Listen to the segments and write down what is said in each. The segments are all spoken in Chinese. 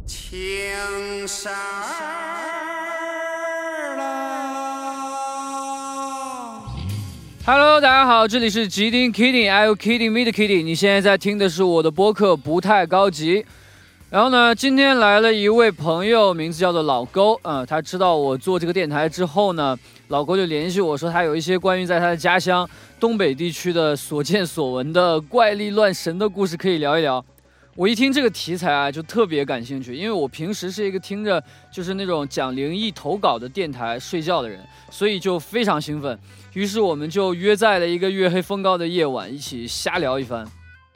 青山儿啦。 Hello， 大家好，这里是吉丁 Kidding，Are you kidding me 的 Kidding？ 你现在在听的是我的播客，不太高级。然后呢，今天来了一位朋友，名字叫做老勾。他知道我做这个电台之后呢，老勾就联系我说，他有一些关于在他的家乡东北地区的所见所闻的怪力乱神的故事可以聊一聊。我一听这个题材啊，就特别感兴趣，因为我平时是一个听着就是那种讲灵异投稿的电台睡觉的人，所以就非常兴奋。于是我们就约在了一个月黑风高的夜晚，一起瞎聊一番。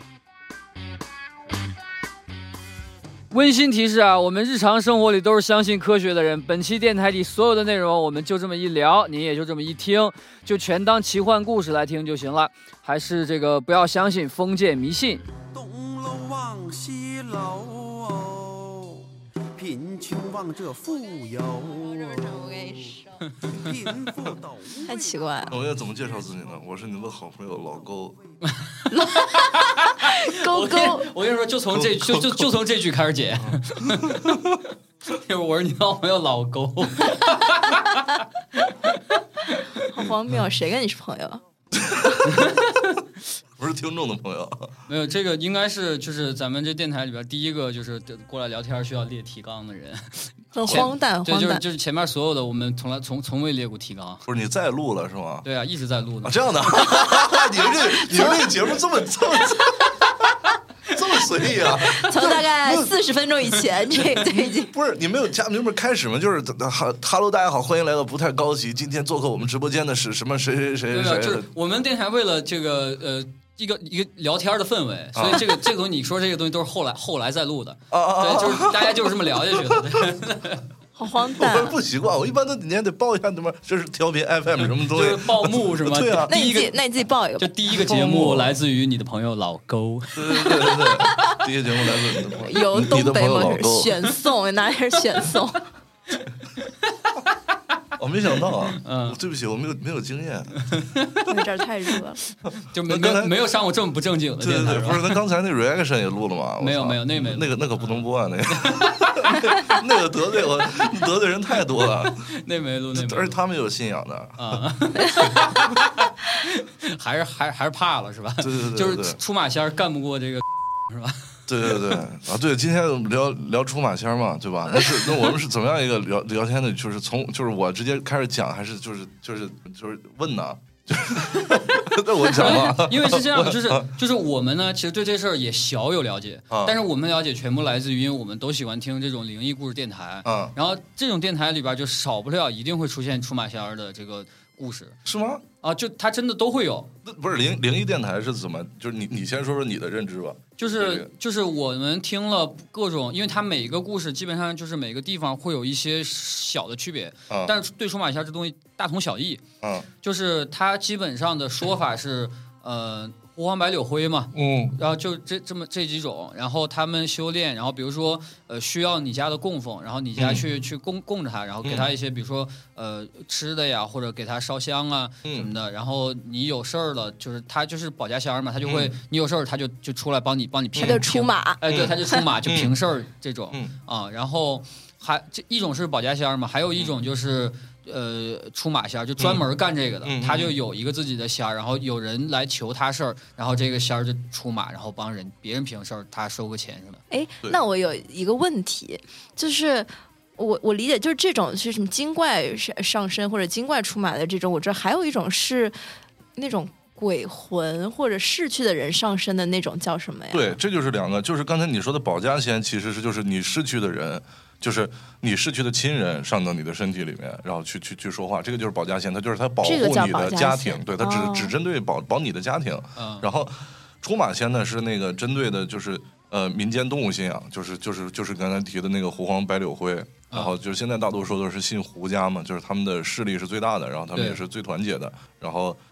温馨提示啊，我们日常生活里都是相信科学的人。本期电台里所有的内容，我们就这么一聊，你也就这么一听，就全当奇幻故事来听就行了。还是这个不要相信封建迷信。 东楼望西楼，贫穷望这富有。 我跟你说， 贫富斗太奇怪了。 我要怎么介绍自己呢？我是你的好朋友老勾。 勾勾， 我跟你说，就从这句开始解。我是你的好朋友老勾。 好荒谬！谁跟你是朋友？ 不是听众的朋友。 没有，这个应该是就是咱们这电台里边第一个就是过来聊天需要列提纲的人。 很荒诞， 对， 荒诞。 就是前面所有的我们从未列过提纲。 不是你再录了是吗？ 对啊，一直在录呢。 这样的，你们这个节目这么随意啊！ 从大概40分钟以前，这已经不是你没有开始吗？就是哈喽，大家好，欢迎来到不太高级。今天做客我们直播间的是什么谁？ 就是我们电台为了这个一个聊天的氛围，所以这个东西你说这个东西都是后来再录的。对，就是大家就是这么聊下去的。 好荒诞。 我不习惯，我一般都你得报一下什么，这是调频 FM 什么东西， 就是报幕是吗？ 对啊。 那你自己报一个吧。 就第一个节目来自于你的朋友老勾。 对，第一个节目来自你的朋友， 有东北某选送，哪里是选送？ 我没想到啊，对不起，我没有经验。 因为这儿太热了， 就没有上过这么不正经的电台。 对，不是，那刚才那 reaction 也录了吗？ 没有，那个不能播啊，那个那个得罪人太多了， 那没录， 而且他们有信仰的啊，还是怕了是吧？ 对， 就是出马仙干不过这个是吧？ 对啊，对，今天我们聊出马仙嘛，对吧？那我们是怎么样一个聊天的？就是我直接开始讲，还是就是问呢？那我讲嘛， 因为是这样，就是我们呢，其实对这事儿也小有了解，但是我们了解全部来自于，因为我们都喜欢听这种灵异故事电台，然后这种电台里边就少不了一定会出现出马仙的这个故事， 是吗？ 啊，就它真的都会有。 不是灵异电台是怎么？就是你先说说你的认知吧。 就是我们听了各种，因为它每个故事基本上就是每个地方会有一些小的区别，但是对出马仙这东西大同小异。就是它基本上的说法是狐黄白柳灰嘛，然后就这几种，然后他们修炼，然后比如说需要你家的供奉，然后你家去供着他，然后给他一些比如说吃的呀，或者给他烧香啊什么的，然后你有事儿了，就是他就是保家仙嘛，他就会你有事儿他就出来帮你平， 他就出马， 对，他就出马就平事儿这种啊，然后这一种是保家仙嘛，还有一种就是出马仙就专门干这个的，他就有一个自己的仙，然后有人来求他事儿，然后这个仙就出马，然后帮别人平事儿，他收个钱什么。 哎，那我有一个问题，就是我理解就是这种是什么精怪上身或者精怪出马的这种，我知道还有一种是那种鬼魂或者逝去的人上身的那种叫什么呀？ 对，这就是两个，就是刚才你说的保家仙，其实是就是你逝去的人。就是你逝去的亲人上到你的身体里面，然后去说话，这个就是保家仙，他就是他保护你的家庭，对他只针对保你的家庭。然后出马仙呢是那个针对的就是民间动物信仰，就是刚才提的那个狐黄白柳灰，然后就是现在大多数都是信胡家嘛，就是他们的势力是最大的，然后他们也是最团结的，然后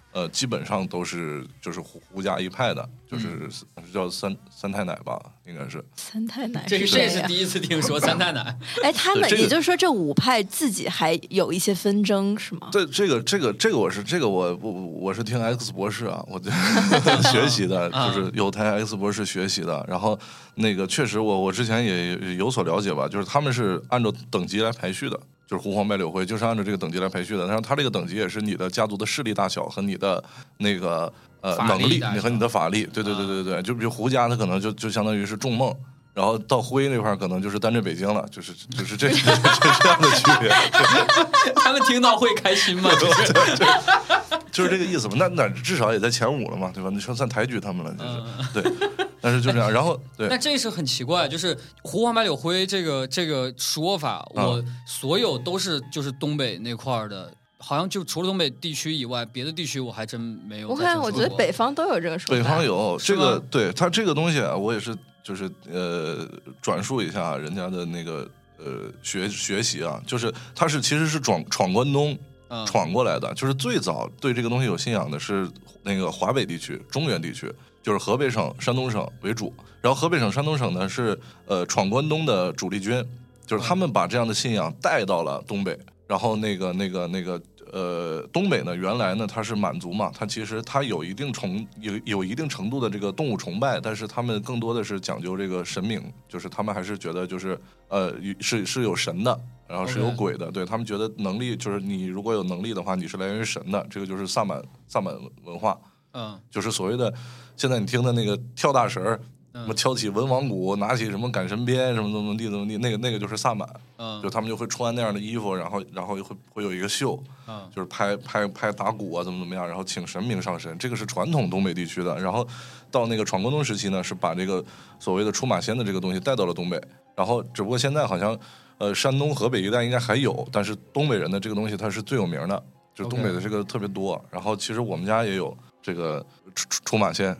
基本上都是就是胡家一派的，就是叫三太奶吧，应该是三太奶。 这是第一次听说三太奶。 哎，他们也就是说这5派自己还有一些纷争是吗？ 对，这个我是听 X 博士啊，我学习的，就是有台 X 博士学习的。然后那个确实我之前也有所了解吧，就是他们是按照等级来排序的。就是胡黄白柳灰，就是按照这个等级来排序的。然后它这个等级也是你的家族的势力大小和你的那个能力，你和你的法力。对。就比如胡家，它可能就相当于是众梦，然后到灰那块可能就是单镇北京了，就是这样的区别。 他们听到会开心吗？ 就是这个意思嘛。那至少也在前5了嘛，对吧？你说算抬举他们了，就是对。但是就这样，然后对， 那这是很奇怪，就是胡黄白柳灰这个说法，我所有都是就是东北那块的，好像就除了东北地区以外，别的地区我还真没有。 我觉得北方都有这个说法。 北方有这个，对它这个东西啊，我也是就是转述一下人家的那个学习啊，就是它其实是闯关东。闯过来的，就是最早对这个东西有信仰的是那个华北地区、中原地区，就是河北省、山东省为主。然后河北省、山东省呢是闯关东的主力军，就是他们把这样的信仰带到了东北。然后东北呢原来呢它是满族嘛，它其实它有一定程度的这个动物崇拜，但是他们更多的是讲究这个神明，就是他们还是觉得就是是有神的。然后是有鬼的，对他们觉得能力就是你如果有能力的话，你是来源于神的，这个就是萨满文化，就是所谓的现在你听的那个跳大神儿，什么敲起文王鼓，拿起什么赶神鞭，什么怎么地，那个就是萨满，就他们就会穿那样的衣服，然后会有一个秀，就是拍打鼓啊，怎么样，然后请神明上身，这个是传统东北地区的。然后到那个闯关东时期呢，是把这个所谓的出马仙的这个东西带到了东北，然后只不过现在好像。山东、河北一带应该还有，但是东北人的这个东西它是最有名的，就是东北的这个特别多。然后其实我们家也有这个出马仙，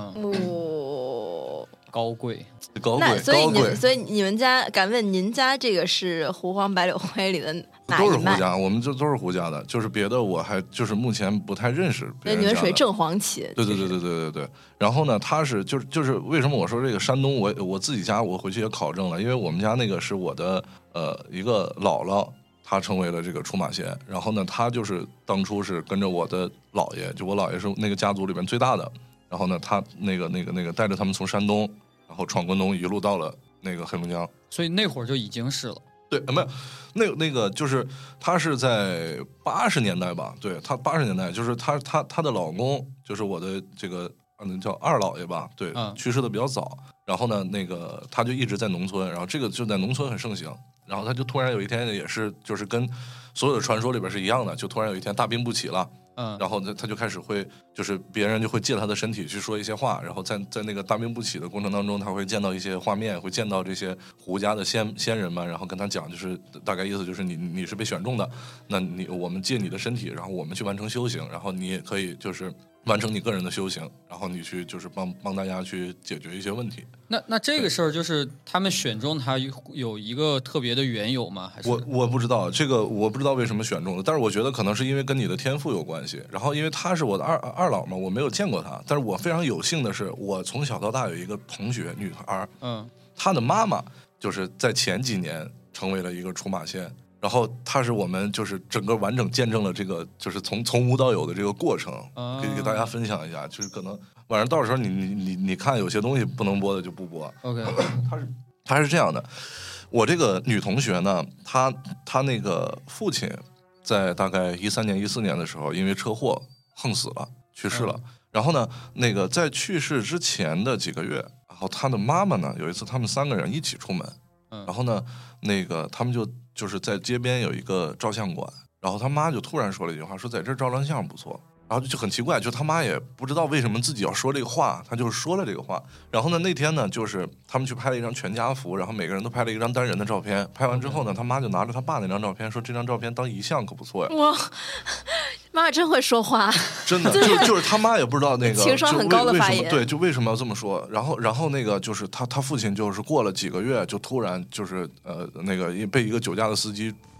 高贵。 那所以你们家，敢问您家这个是胡黄白柳灰里的哪一脉？ 都是胡家，我们都是胡家的，就是别的我还就是目前不太认识别人家的。 你们属于正黄旗。 对。然后呢，他是就是为什么我说这个山东，我自己家我回去也考证了，因为我们家那个是我的一个姥姥，她成为了这个出马仙。然后呢，她就是当初是跟着我的姥爷，就我姥爷是那个家族里面最大的。然后呢，他那个带着他们从山东，然后闯关东，一路到了那个黑龙江。 所以那会儿就已经是了。 对，没有那个就是他是在80年代吧？对，他80年代就是他的老公就是我的这个叫二姥爷吧？对，去世的比较早。然后呢，那个他就一直在农村，然后这个就在农村很盛行。然后他就突然有一天也是就是跟所有的传说里边是一样的，就突然有一天大病不起了。然后他就开始会，就是别人就会借他的身体去说一些话，然后在那个大病不起的过程当中，他会见到一些画面，会见到这些胡家的仙人们，然后跟他讲，就是大概意思就是你是被选中的，那我们借你的身体，然后我们去完成修行，然后你也可以就是完成你个人的修行，然后你去就是帮大家去解决一些问题。 那这个事儿就是他们选中他有一个特别的缘由吗？还是我不知道这个，我不知道为什么选中的，但是我觉得可能是因为跟你的天赋有关系。然后因为他是我的二老嘛，我没有见过他，但是我非常有幸的是，我从小到大有一个同学女孩，她的妈妈就是在前几年成为了一个出马仙。然后他是我们就是整个完整见证了这个就是从无到有的这个过程，可以给大家分享一下。就是可能晚上到时候你看有些东西不能播的就不播。 OK， 他是这样的，我这个女同学呢，她那个父亲在大概13年14年的时候因为车祸横死了，去世了。然后呢，那个在去世之前的几个月，然后他的妈妈呢有一次他们3个人一起出门，然后呢那个他们就是在街边有一个照相馆，然后他妈就突然说了一句话，说在这照张相不错。然后就很奇怪，就他妈也不知道为什么自己要说这个话，他就是说了这个话。然后呢，那天呢，就是他们去拍了一张全家福，然后每个人都拍了一张单人的照片。拍完之后呢，他妈就拿着他爸那张照片，说这张照片当遗像可不错呀。 哇，妈真会说话， 真的就是他妈也不知道那个情商很高的发言， 对，就为什么要这么说。然后那个就是他父亲就是过了几个月，就突然就是那个被一个酒驾的司机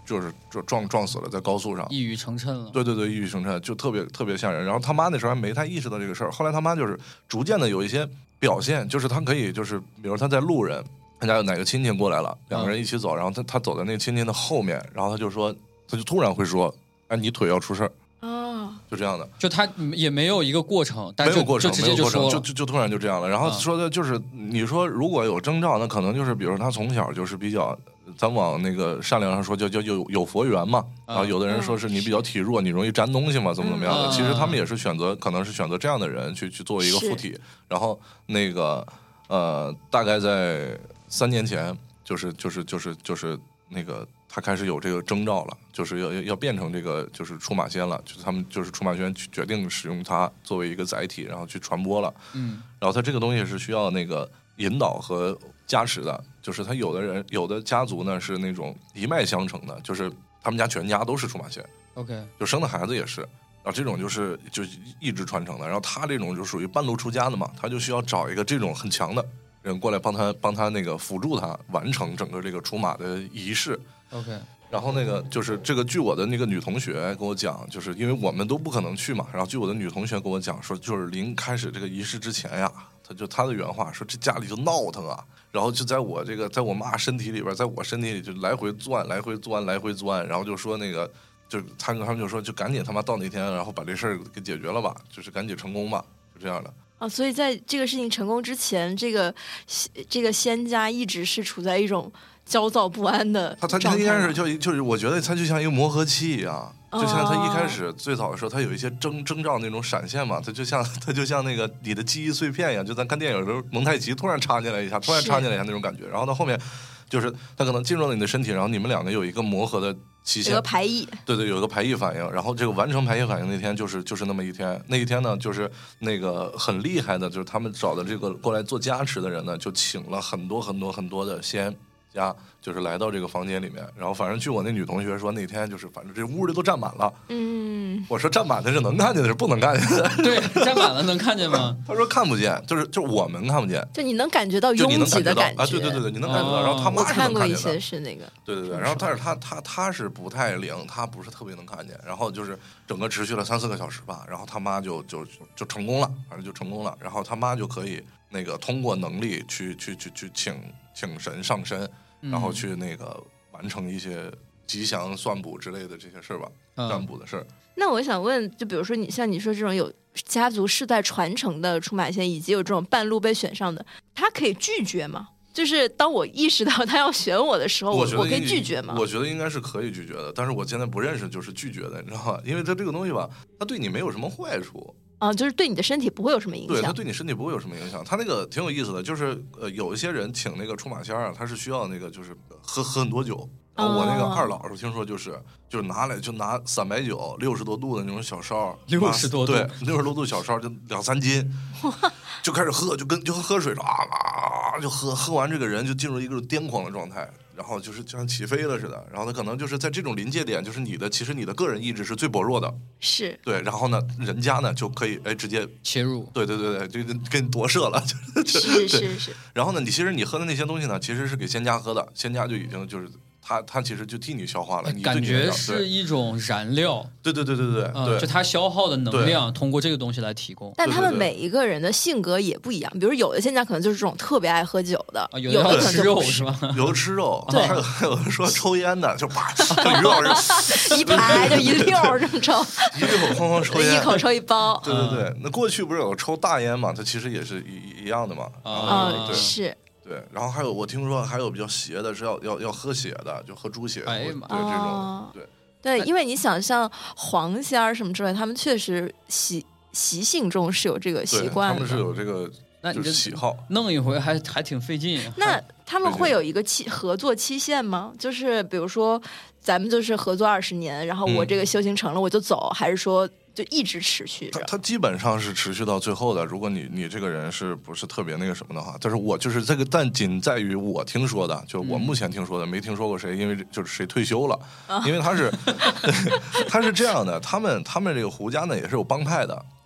撞死了，在高速上， 一语成谶了。 对对对，一语成谶，就特别吓人。然后他妈那时候还没太意识到这个事儿，后来他妈就是逐渐的有一些表现，就是他可以就是比如他在路人，他家有哪个亲戚过来了，两个人一起走，然后他走在那个亲戚的后面，然后他就突然会说，哎，你腿要出事儿。就这样的， 就他也没有一个过程，但没有过程， 就直接就说了， 就突然就这样了。然后说的就是，你说如果有征兆，那可能就是比如他从小就是比较，咱往那个善良上说，叫有佛缘嘛。然后有的人说是你比较体弱，你容易沾东西嘛，怎么样的？其实他们也是可能是选择这样的人去作为一个附体。然后那个大概在3年前，就是那个。他开始有这个征兆了，就是要变成这个就是出马仙了，就是他们就是出马仙决定使用它作为一个载体，然后去传播了。然后他这个东西是需要那个引导和加持的，就是他有的家族呢是那种一脉相承的，就是他们家全家都是出马仙 ，OK， 就生的孩子也是，然后这种就一直传承的。然后他这种就属于半路出家的嘛，他就需要找一个这种很强的人过来帮他那个辅助他完成整个这个出马的仪式。 OK， 然后那个就是这个，据我的那个女同学跟我讲，就是因为我们都不可能去嘛，然后据我的女同学跟我讲说，就是临开始这个仪式之前呀，她的原话说，这家里就闹腾啊，然后就在我妈身体里边，在我身体里就来回钻，然后就说那个，就他们就说，就赶紧他妈到那天，然后把这事儿给解决了吧，就是赶紧成功吧，就这样的。 所以在这个事情成功之前，这个仙家一直是处在一种焦躁不安的状态。他应该是就是我觉得他就像一个磨合期一样，就像他一开始最早的时候，他有一些征兆那种闪现嘛，他就像那个你的记忆碎片一样，就咱看电影的时候蒙太奇突然插进来一下那种感觉，然后到后面就是他可能进入了你的身体，然后你们两个有一个磨合的期限， 有个排异， 对，有一个排异反应，然后这个完成排异反应那天就是那么一天，那一天呢，就是那个很厉害的，就是他们找的这个过来做加持的人呢，就请了很多的仙家，就是来到这个房间里面，然后反正据我那女同学说，那天就是反正这屋里都站满了。我说站满的是能看见的，是不能看见的。 对，站满了能看见吗？ 他说看不见，就是我们看不见， 就你能感觉到拥挤的感觉啊！对，你能感觉到。然后他妈是能看见的。我看过一些是那个。 对，然后但是他是不太灵，他不是特别能看见。然后就是整个持续了3-4个小时吧，然后他妈就成功了，反正就成功了。然后他妈就可以那个通过能力去请神上身，然后去那个完成一些吉祥算卜之类的这些事儿吧，占卜的事儿。 那我想问，就比如说像你说这种有家族世代传承的出马仙，以及有这种半路被选上的，他可以拒绝吗？就是当我意识到他要选我的时候，我可以拒绝吗？ 我觉得应该是可以拒绝的，但是我现在不认识就是拒绝的，你知道吧？因为他这个东西吧，他对你没有什么坏处。 就是对你的身体不会有什么影响。 对，他对你身体不会有什么影响。他那个挺有意思的，就是有一些人请那个出马仙啊，他是需要那个就是喝很多酒。我那个二老是听说就是拿3白酒60多度的那种小烧 ，60多度， 对，60多度小烧就2-3斤，就开始喝，就跟喝水就喝完这个人就进入一个癫狂的状态。然后就是就像起飞了似的，然后他可能就是在这种临界点，就是其实你的个人意志是最薄弱的， 是对，然后呢，人家呢就可以直接切入， 对，就跟你夺舍了， 是。 然后呢，其实你喝的那些东西呢，其实是给仙家喝的，仙家就已经就是他其实就替你消化了，你感觉是一种燃料， 对， 就他消耗的能量通过这个东西来提供。 但他们每一个人的性格也不一样，比如有的仙家可能就是这种特别爱喝酒的，有的可能吃肉是吧？ 有的吃肉，还有人说抽烟的，就于老师一排就一溜这么抽， 一口哐哐抽烟， 一口抽一包。 对，那过去不是有抽大烟嘛？它其实也是一样的嘛。 是。 对，然后还有我听说还有比较邪的是要喝血的，就喝猪血，对这种， 对，因为你想像黄仙儿什么之类，他们确实习性中是有这个习惯的， 他们是有这个就是喜好， 弄一回还挺费劲。 那他们会有一个合作期限吗？就是比如说咱们就是合作20年，然后我这个修行成了我就走，还是说就一直持续着？ 它基本上是持续到最后的。如果你这个人是不是特别那个什么的话，但是我就是这个，但仅在于我听说的，就我目前听说的，没听说过谁因为就是谁退休了，因为他是这样的，他们这个胡家呢也是有帮派的。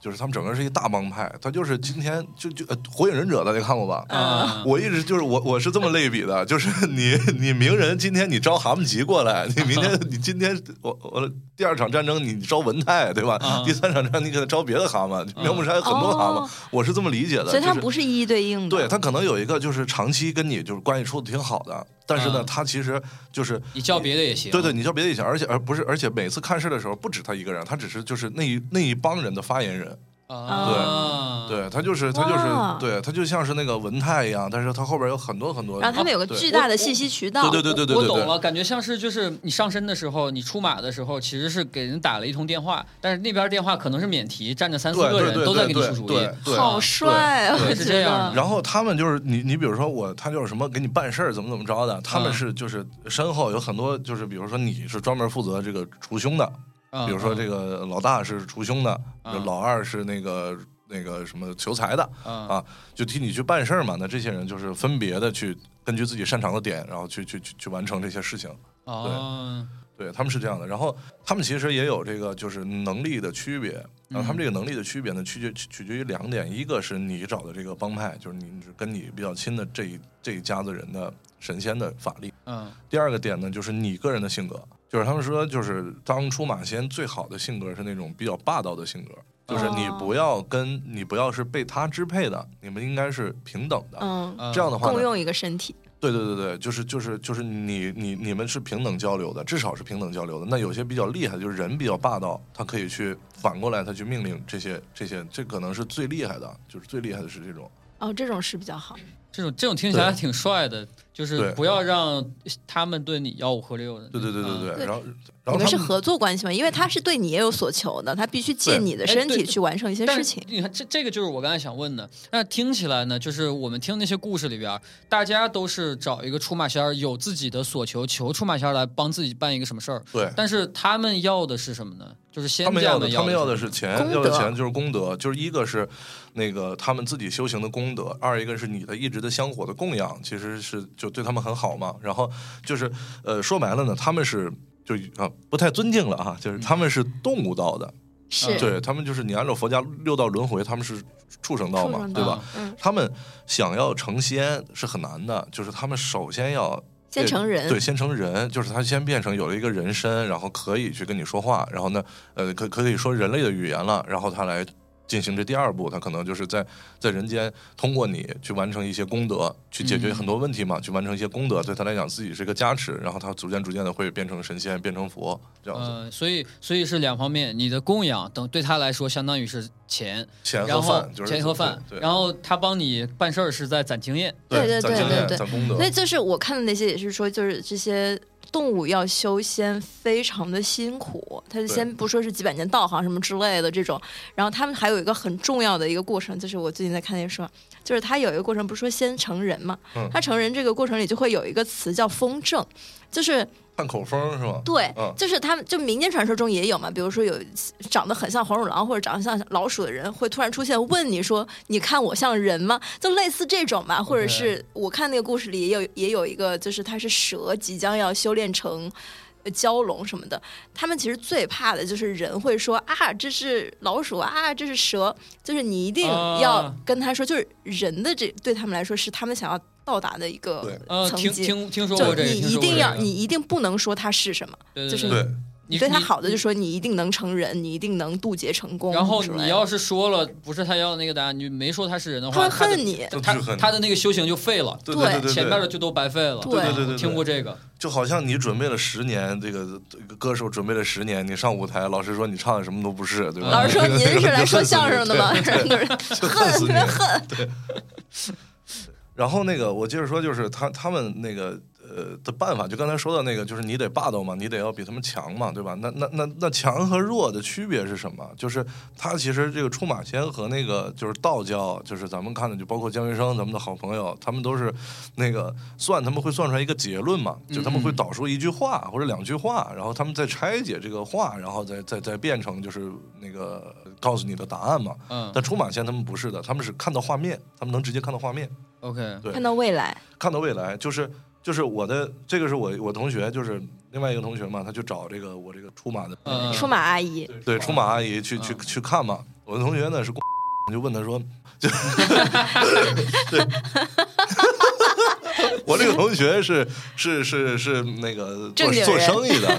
就是他们整个是一大帮派，他就是今天就火影忍者大家看过吧？我一直就是我是这么类比的，就是你鸣人今天你招蛤蟆吉过来，你明天你今天我第2场战争你招文泰对吧？第3场战争你可能招别的蛤蟆，苗木山有很多蛤蟆，我是这么理解的。 所以他不是一一对应的， 对他可能有一个就是长期跟你就是关系处的挺好的，但是呢，他其实就是你叫别的也行， 对，你叫别的也行，而且每次看事的时候不止他一个人，他只是就是那一帮人的发言人。对，他就是对，他就像是那个文泰一样，但是他后边有很多很多， 然后他们有个巨大的信息渠道。 对， 我懂了，感觉像是就是你上身的时候，你出马的时候，其实是给人打了一通电话，但是那边电话可能是免提，站着3、4个人都在给你出主意， 好帅啊！ 是这样。 然后他们就是你比如说他就是什么给你办事儿怎么着的，他们是就是身后有很多就是比如说你是专门负责这个除凶的。比如说这个老大是除凶的，老二是那个什么求财的啊，就替你去办事儿嘛。那这些人就是分别的去根据自己擅长的点，然后去完成这些事情。对，他们是这样的。然后他们其实也有这个就是能力的区别。然后他们这个能力的区别呢，取决于2点，一个是你找的这个帮派，就是你跟你比较亲的这一家子人的神仙的法力。第2个点呢，就是你个人的性格。就是他们说，就是当出马仙最好的性格是那种比较霸道的性格，就是你不要是被他支配的，你们应该是平等的。这样的话共用一个身体。 对，就是你们是平等交流的，至少是平等交流的。那有些比较厉害，就是人比较霸道，他可以去反过来，他去命令这些，这可能是最厉害的，就是最厉害的是这种。 这种是比较好。 这种听起来挺帅的，就是不要让他们对你吆五喝六的。 对，然后你们是合作关系嘛？因为他是对你也有所求的，他必须借你的身体去完成一些事情。 你看，这个就是我刚才想问的。那听起来呢，就是我们听那些故事里边，大家都是找一个出马仙儿，有自己的所求，求出马仙儿来帮自己办一个什么事儿。 对， 但是他们要的是什么呢？就是仙他家们要的是钱，要的钱就是功德，就是一个是那个他们自己修行的功德，二一个是你的一直的香火的供养，其实是就对他们很好嘛。然后就是说白了呢，他们是就不太尊敬了哈，就是他们是动物道的，对他们就是你按照佛家6道轮回，他们是畜生道嘛，对吧？他们想要成仙是很难的，就是他们首先要。 先成人， 对，先成人，就是他先变成有了一个人身，然后可以去跟你说话，然后呢，可以说人类的语言了，然后他来进行这第2步，他可能就是在人间通过你去完成一些功德，去解决很多问题嘛，去完成一些功德，对他来讲自己是一个加持，然后他逐渐的会变成神仙，变成佛这样子。 所以是2方面，你的供养等对他来说相当于是钱和饭，就是钱和饭，然后他帮你办事儿是在攒经验， 对， 攒功德。 所以就是我看的那些也是说，就是这些动物要修仙非常的辛苦，他就先不说是几百年道行什么之类的这种，然后他们还有一个很重要的一个过程，就是我最近在看那个书，就是他有一个过程，不是说先成人嘛，他成人这个过程里就会有一个词叫风正，就是看口风是吧？ 对，就是他们就民间传说中也有嘛，比如说有长得很像黄鼠狼或者长得像老鼠的人会突然出现问你说你看我像人吗？就类似这种吧，或者是我看那个故事里也有一个，就是他是蛇即将要修炼成蛟龙什么的，他们其实最怕的就是人会说这是老鼠这是蛇，就是你一定要跟他说，就是人的这对他们来说是他们想要到达的一个层级。 听说过这个， 你一定不能说它是什么，就是你对他好的就说你一定能成人，你一定能渡劫成功。 然后你要是说了不是他要的那个答案，你没说他是人的话， 他恨你， 他的那个修行就废了， 对， 前面的就都白费了。 对， 听过这个， 就好像你准备了10年，这个歌手准备了10年，你上舞台，老师说你唱的什么都不是，对吧？ 老师说您是来说相声的吗？ 恨死你，恨。 对。然后那个我接着说，就是他们那个的办法，就刚才说的那个，就是你得霸道嘛，你得要比他们强嘛，对吧？那强和弱的区别是什么？就是他其实这个出马仙和那个就是道教，就是咱们看的，就包括姜云升咱们的好朋友，他们都是那个他们会算出来一个结论嘛，就他们会导出1句话或者2句话，然后他们再拆解这个话，然后再变成就是那个告诉你的答案嘛。但出马仙他们不是的，他们是看到画面，他们能直接看到画面。 OK， 对， 看到未来， 就是就是这个是我同学，就是另外一个同学嘛，他就找这个我这个出马的出马阿姨， 对出马阿姨去看嘛。我的同学呢是就问他说，就对。我这个同学是那个做生意的，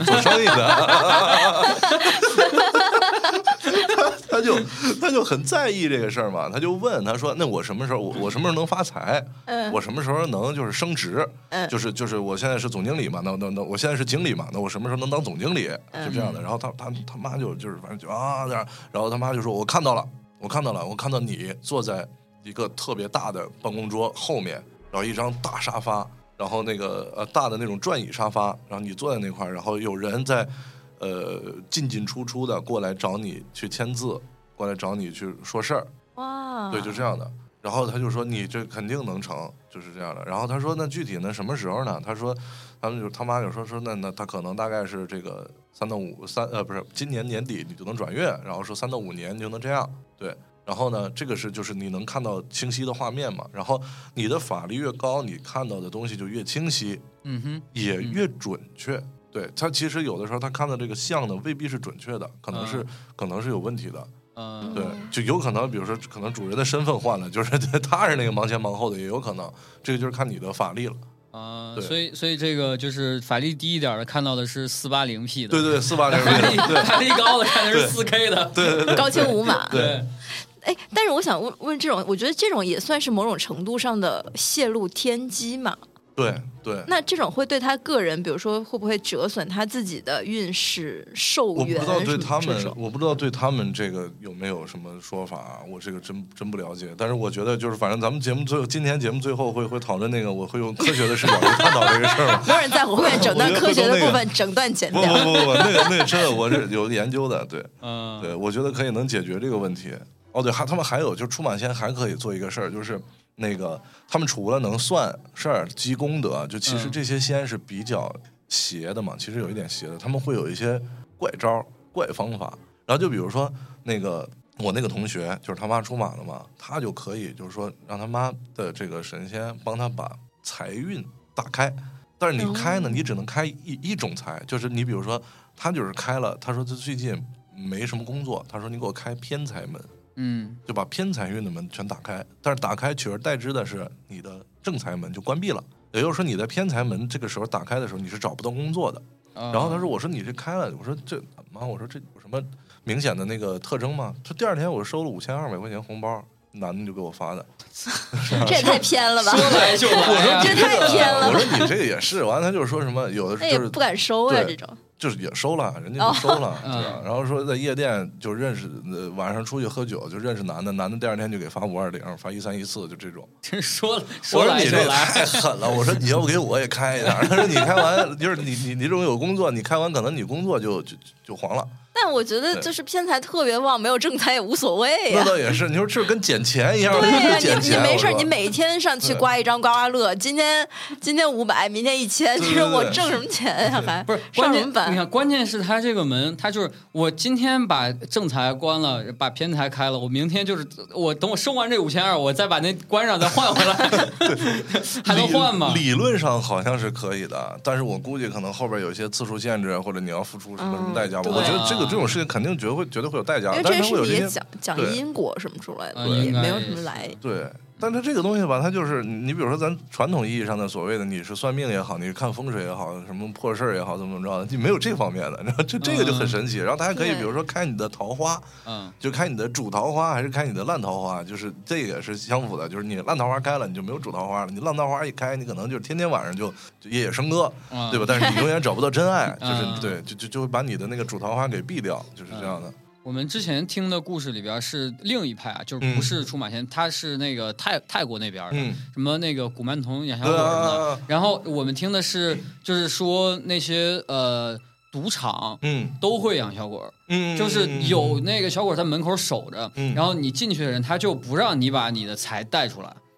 他就很在意这个事儿嘛，他就问他说：“那我什么时候能发财？我什么时候能就是升职？就是我现在是总经理嘛，那我现在是经理嘛，那我什么时候能当总经理？就这样的。”然后他妈就是反正就这样，然后他妈就说：“我看到了，我看到你坐在一个特别大的办公桌后面。”然后一张大沙发，然后那个大的那种转椅沙发，然后你坐在那块儿，然后有人在进出的过来找你去签字，过来找你去说事儿。 哇， 对，就这样的。然后他就说你这肯定能成，就是这样的。然后他说那具体呢什么时候呢？他说他妈就说那他可能大概是这个不是今年年底你就能转运，然后说3到5年你就能这样，对。然后呢，这个就是你能看到清晰的画面嘛。然后你的法力越高，你看到的东西就越清晰，也越准确。对，他其实有的时候他看到这个像呢，未必是准确的，可能是有问题的。对，就有可能，比如说，可能主人的身份换了，就是他是那个忙前忙后的，也有可能。这个就是看你的法力了。 所以这个就是法力低一点的看到的是480P 的， 对480P， 法力高的看的是4K 的， 对高清无码， 对。 哎，但是我想问这种，我觉得这种也算是某种程度上的泄露天机嘛？ 对。 那这种会对他个人，比如说会不会折损他自己的运势、寿元？ 我不知道对他们这个有没有什么说法，我这个真不了解。但是我觉得就是反正咱们今天节目最后会讨论那个，我会用科学的视角去探讨这个事儿。 没有人在乎，后面整段科学的部分整段剪掉。 不，那个真的我是有研究的，对，对，我觉得可以能解决这个问题。哦，对，他们还有就是出马仙还可以做一个事儿，就是那个他们除了能算事儿、积功德，就其实这些仙是比较邪的嘛，其实有一点邪的，他们会有一些怪招、怪方法。然后就比如说那个我那个同学，就是他妈出马的嘛，他就可以就是说让他妈的这个神仙帮他把财运打开。但是你开呢，你只能开一种财，就是你比如说他就是开了，他说他最近没什么工作，他说你给我开偏财门。就把偏财运的门全打开，但是打开取而代之的是你的正财门就关闭了。也就是说，你的偏财门这个时候打开的时候，你是找不到工作的。然后他说：“我说你这开了，我说这妈，我说这有什么明显的那个特征吗？”他第二天我收了5200块钱红包，男的就给我发的。 这也太偏了吧！ 说来就来， 我说这太偏了。 我说你这个也是，完了他就是说什么有的就是不敢收呀，这种。 就是也收了，人家就收了，对吧？然后说在夜店就认识，晚上出去喝酒就认识男的第二天就给发520，发1314，就这种。 这说来就来，我说你这太狠了，我说你要不给我也开一点。他说你开完就是你这种有工作，你开完可能你工作就黄了。 但我觉得就是偏财特别旺，没有正财也无所谓呀。 那倒也是，你说这跟捡钱一样。 对呀， 你没事，你每天上去刮一张刮刮乐，今天500，明天1000，这我挣什么钱呀？还不是上什么班？ 你看，关键是他这个门，他就是我今天把正财关了，把偏财开了，我明天就是等我收完这5200，我再把那关上再换回来，还能换吗？ 理论上好像是可以的，但是我估计可能后边有一些次数限制，或者你要付出什么代价吧。我觉得这种事情肯定绝对会有代价， 因为但是这个会有讲因果什么出来的，也没有什么来。 对。但是这个东西吧，它就是你比如说咱传统意义上的所谓的你是算命也好，你是看风水也好，什么破事也好，怎么着的，你没有这方面的，然后这个就很神奇。然后它还可以比如说开你的桃花，就开你的主桃花还是开你的烂桃花，就是这个也是相符的，就是你烂桃花开了你就没有主桃花了，你烂桃花一开你可能就是天天晚上就夜夜笙歌，对吧？但是你永远找不到真爱，就是对，就会把你的那个主桃花给毙掉，就是这样的。 我们之前听的故事里边是另一派啊，就是不是出马仙，他是那个泰国那边的，什么那个古曼童养小鬼什么的。然后我们听的是，就是说那些赌场都会养小鬼，就是有那个小鬼在门口守着，然后你进去的人他就不让你把你的财带出来。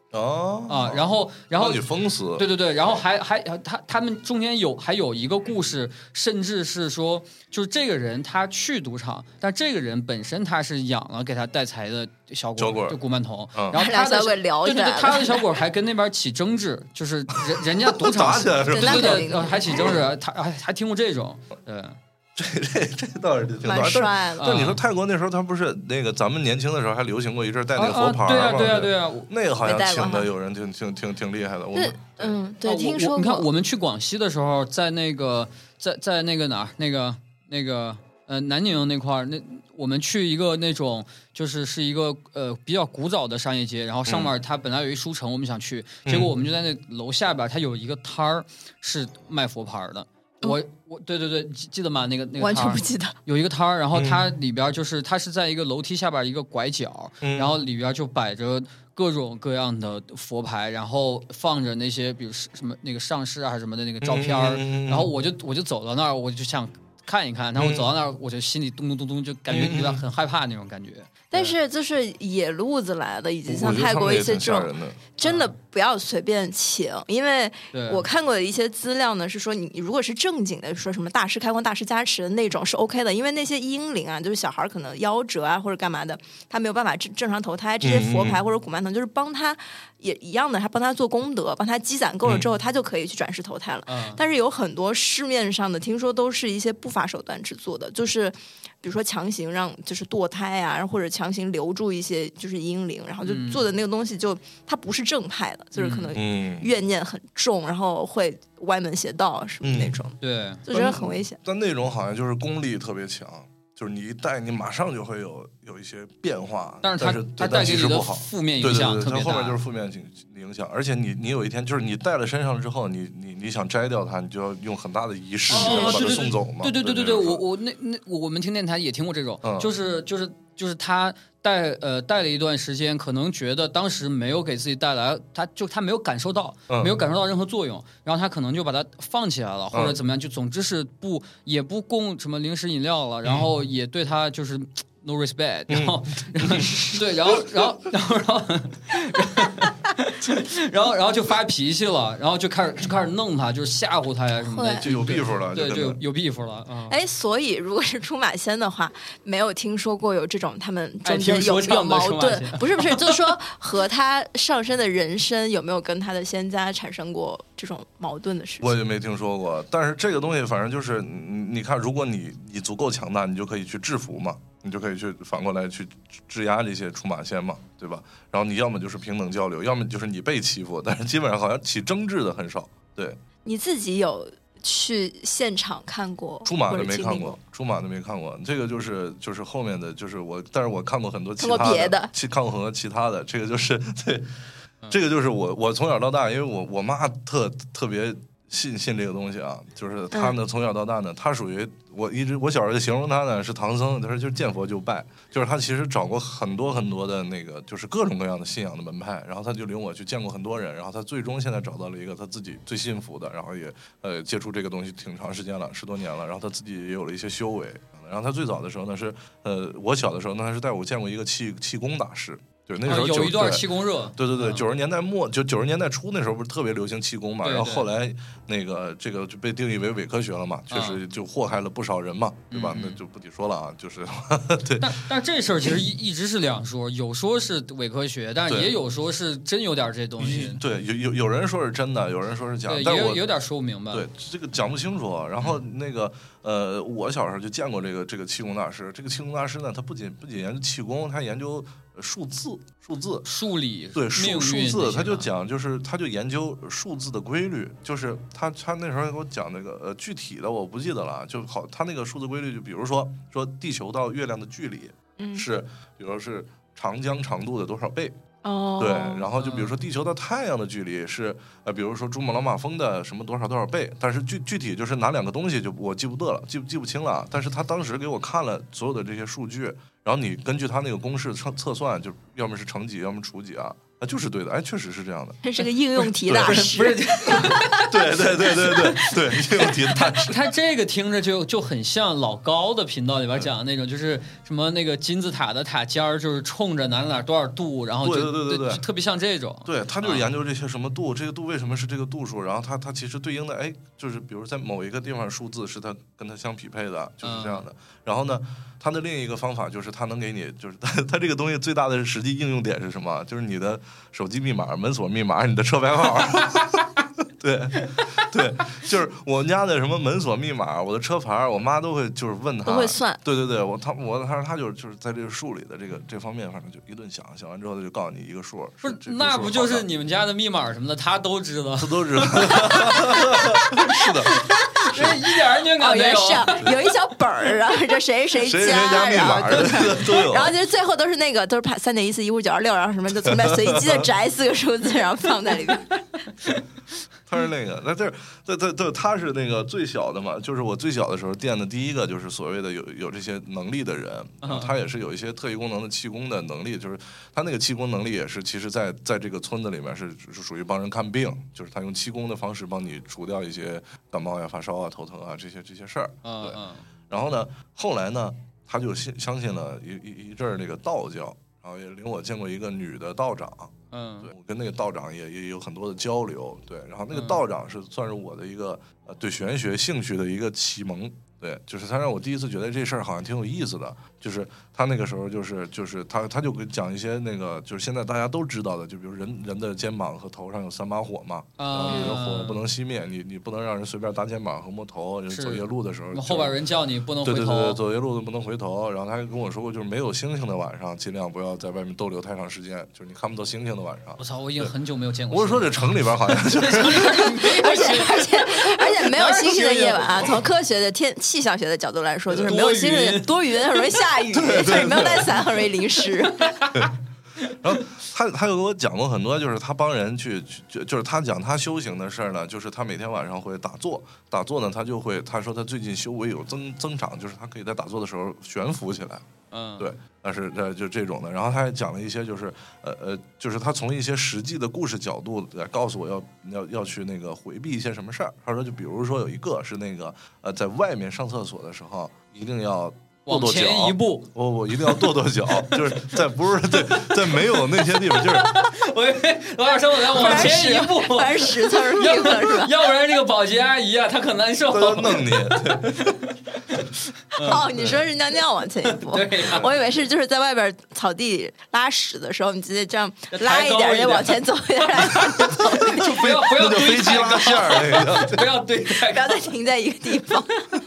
然后你封死， 对，然后他们中间还有一个故事，甚至是说，就是这个人他去赌场，但这个人本身他是养了给他带财的小果，就古曼童，然后他的小鬼聊起来了， 对，他的小果还跟那边起争执，就是人家赌场打起来是吧？ 对，还起争执，他还听过这种，对。 这倒是挺蛮帅的。 但你说泰国那时候，他不是那个咱们年轻的时候还流行过一阵带那个佛牌吗？ 对啊， 那个好像请的有人挺厉害的。 对，听说过。 你看我们去广西的时候，在那个在那个哪儿，那个南宁那块儿，那我们去一个那种是一个比较古早的商业街，然后上面它本来有一书城，我们想去，结果我们就在那楼下边，它有一个摊儿是卖佛牌的。我对，记得吗？那个完全不记得。 有一个摊儿，然后它里边它是在一个楼梯下边一个拐角，然后里边就摆着各种各样的佛牌，然后放着那些比如什么那个上市啊什么的那个照片，然后我就走到那儿，我就想看一看，然后我走到那儿，我就心里咚咚咚咚，就感觉有点很害怕那种感觉。 但是就是野路子来的，以及像泰国一些这种，真的不要随便请，因为我看过的一些资料呢，是说你如果是正经的，说什么大师开光、大师加持的那种是 OK 的，因为那些阴灵啊，就是小孩可能夭折啊或者干嘛的，他没有办法正常投胎，这些佛牌或者古曼童就是帮他也一样的，他帮他做功德，帮他积攒够了之后，他就可以去转世投胎了。但是有很多市面上的，听说都是一些不法手段制作的，就是比如说强行让就是堕胎啊，或者强行留住一些就是阴灵，然后就做的那个东西就它不是正派的，就是可能怨念很重，然后会歪门邪道什么那种， 对， 就觉得很危险。 但那种好像就是功力特别强，就是你一戴，你马上就会有一些变化， 但是它带给你的负面影响特别大， 它后面就是负面影响，而且你有一天就是你戴了身上之后，你想摘掉它，你就要用很大的仪式把它送走嘛。 对，我们听电台也听过这种，就是他戴了一段时间，可能觉得当时没有给自己带来，他没有感受到，没有感受到任何作用，然后他可能就把它放起来了，或者怎么样，就总之是也不供什么零食饮料了，然后也对他就是 no respect， 然后就发脾气了，然后就开始弄他，就是吓唬他呀什么的， 就有 beef 了， 对，就有 beef 了。 所以如果是出马仙的话，没有听说过有这种他们中间有矛盾，不是，就是说和他上身的人身有没有跟他的仙家产生过这种矛盾的事情？ 我也没听说过，但是这个东西反正就是你看，如果你足够强大，你就可以去制服嘛。你就可以去反过来去质押这些出马仙嘛，对吧？然后你要么就是平等交流，要么就是你被欺负，但是基本上好像起争执的很少。对， 你自己有去现场看过出马的没看过，出马的没看过。这个就是后面的就是但是我看过很多其他的，看过很多其他的。这个就是对，这个就是我从小到大，因为我妈特别。信这个东西啊，就是他呢从小到大呢，他属于我小时候就形容他呢是唐僧，他说就是见佛就拜，就是他其实找过很多的那个就是各种各样的信仰的门派，然后他就领我去见过很多人，然后他最终现在找到了一个他自己最信服的，然后也接触这个东西挺长时间了，10多年了，然后他自己也有了一些修为，然后他最早的时候呢是我小的时候呢他是带我见过一个气功大师。对，那时候有一段气功热， 对，90年代末就90年代初那时候不是特别流行气功嘛，然后后来那个这个就被定义为伪科学了嘛，确实就祸害了不少人嘛，对吧？那就不提说了啊，就是对。 但这事儿其实一直是两说，有说是伪科学，但是也有说是真有点这东西。 对，有人说是真的，有人说是假的， 但我有点说不明白。 对，这个讲不清楚。然后那个我小时候就见过这个气功大师。这个气功大师呢，他不仅研究气功，他研究数字、 数理， 对数字，他就讲他就研究数字的规律，就是他那时候给我讲那个具体的我不记得了，就好他那个数字规律，就比如说地球到月亮的距离是，比如说是长江长度的多少倍。对，然后就比如说地球到太阳的距离是比如说珠穆朗玛峰的什么多少倍，但是具体就是哪两个东西就我记不得了，记不清了。但是他当时给我看了所有的这些数据，然后你根据他那个公式测算，就要么是乘几，要么除几啊， 啊，就是对的，哎，确实是这样的。 这是个应用题大师， 不是对，应用题大师。 他这个听着就很像老高的频道里边讲的那种，就是什么那个金字塔的塔尖儿，就是冲着哪多少度，然后就对， 特别像这种。 对，他就是研究这些什么度，这个度为什么是这个度数，然后他其实对应的，哎，就是比如在某一个地方数字是他跟他相匹配的，就是这样的。然后呢，他的另一个方法就是他能给你，就是他这个东西最大的实际应用点是什么？就是你的手机密码、门锁密码、你的车牌号。对，就是我们家的什么门锁密码、我的车牌，我妈都会就是问他， 都会算。 对，他就是在这个数里的这方面，反正就一顿想完之后，他就告诉你一个数。 不是，那不就是你们家的密码什么的，他都知道， 他都知道。是的。 这一点安全感没有。 有一小本儿，然后这谁家密码都有， 然后就是最后都是怕3.141596，然后什么就从那随机的摘4个数字，然后放在里面。 他是那个，对，他是那个最小的嘛，就是我最小的时候垫的第一个，就是所谓的有这些能力的人，他也是有一些特异功能的气功的能力，就是他那个气功能力也是，其实在这个村子里面是属于帮人看病，就是他用气功的方式帮你除掉一些感冒呀、发烧啊、头疼啊这些事儿。对，然后呢，后来呢，他就相信了一阵那个道教，然后也领我见过一个女的道长。对，我跟那个道长也有很多的交流，对，然后那个道长算是我的一个对玄学兴趣的一个启蒙，对，就是他让我第一次觉得这事儿好像挺有意思的，就是他那个时候就是他就讲一些那个就是现在大家都知道的，就比如人的肩膀和头上有3把火嘛，然后你的火不能熄灭，你不能让人随便搭肩膀和摸头，走夜路的时候， 后边人叫你不能回头， 对，走夜路不能回头，然后他还跟我说过，就是没有星星的晚上，尽量不要在外面逗留太长时间，就是你看不到星星的晚上。 我操，我已经很久没有见过。 我是说这城里边好像就是， 而且没有星星的夜晚啊，从科学的气象学的角度来说，就是没有星星多云很容易下雨，就是没有带伞很容易淋湿。 然后他又给我讲过很多，就是他帮人就是他讲他修行的事儿呢，就是他每天晚上会打坐呢，他说他最近修为有增长，就是他可以在打坐的时候悬浮起来。对，但是就这种的。然后他还讲了一些，就是就是他从一些实际的故事角度来告诉我要去那个回避一些什么事儿。他说，就比如说有一个是那个在外面上厕所的时候一定要跺跺脚， 往前一步， 我一定要跺跺脚，就是在没有那些地方，就是我老想说我要往前一步， 反正10层是吧？ 要不然这个保洁阿姨啊，她可难受， 她要弄你。 哦，你说是尿尿往前一步， 对呀， 我以为是就是在外边草地拉屎的时候，你直接这样拉一点，就往前走一点， 就不要那就飞机拉线那个， 不要对太高， 不要再停在一个地方。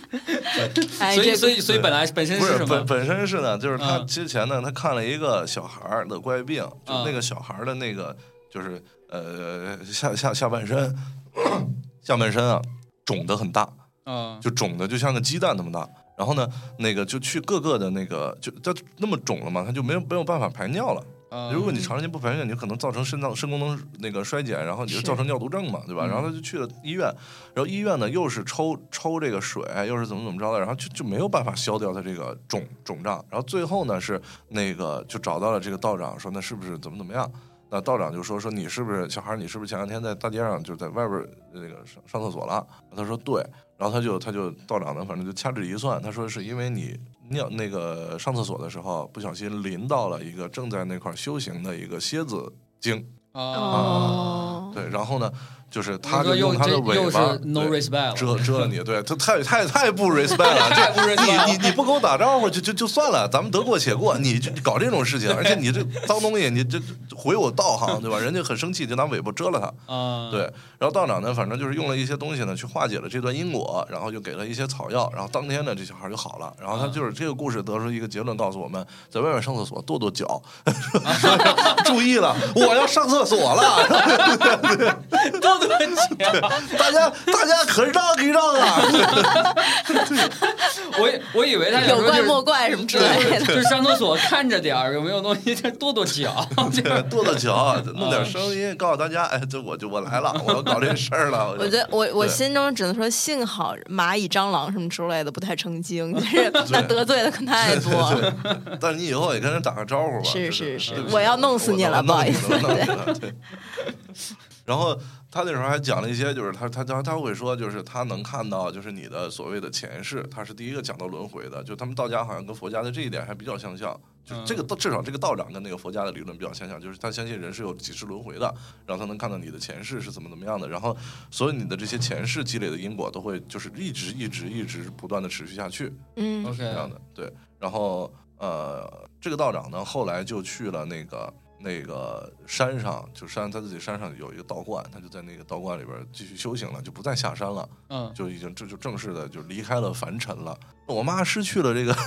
所以本身是什么？ 本身是呢，就是他之前呢，他看了一个小孩的怪病，就那个小孩的那个就是下半身啊肿得很大，就肿的就像个鸡蛋那么大。然后呢，那个就去各个的那个，就他那么肿了嘛，他就没有办法排尿了。如果你长时间不排尿，你可能造成肾功能那个衰减，然后你就造成尿毒症嘛，对吧？然后他就去了医院，然后医院呢又是抽这个水，又是怎么着的，然后就没有办法消掉他这个肿胀。然后最后呢是那个就找到了这个道长，说那是不是怎么样？那道长就说你是不是小孩？你是不是前2天在大街上就在外边那个上厕所了？他说对。然后他就道长呢，反正就掐指一算，他说是因为你那个上厕所的时候不小心淋到了一个正在那块修行的一个蝎子精。对，然后呢，就是他就用他的尾巴遮你，对他太不 respect 了，太不 respect，你不跟我打招呼就算了，咱们得过且过，你搞这种事情，而且你这脏东西，你这毁我道行，对吧？人家很生气，就拿尾巴遮了他。对，然后道长呢，反正就是用了一些东西呢，去化解了这段因果，然后就给了一些草药，然后当天呢，这小孩就好了。然后他就是这个故事得出一个结论，告诉我们，在外面上厕所跺跺脚，注意了，我要上厕所了。 跺跺大家可让一让啊！ 我以为他有怪莫怪什么之类的， 就是上厕所看着点儿有没有东西，跺脚， 跺脚，弄点声音，告诉大家，哎，我来了，我要搞这事儿了。 我觉得我心中只能说，幸好蚂蚁、蟑螂什么之类的不太成精，就是那得罪的可太多了。 但是你以后也跟人打个招呼吧。 是，我要弄死你了，不好意思。 对。然后他那时候还讲了一些，就是他会说，就是他能看到，就是你的所谓的前世，他是第一个讲到轮回的。就他们道家好像跟佛家的这一点还比较相像，就这个至少这个道长跟那个佛家的理论比较相像，就是他相信人是有几世轮回的，然后他能看到你的前世是怎么样的，然后所有你的这些前世积累的因果都会就是一直不断的持续下去。 OK 这样的对。然后这个道长呢后来就去了那个山上，就他自己山上有一个道观，他就在那个道观里边继续修行了，就不再下山了。就已经就正式的就离开了凡尘了。我妈失去了这个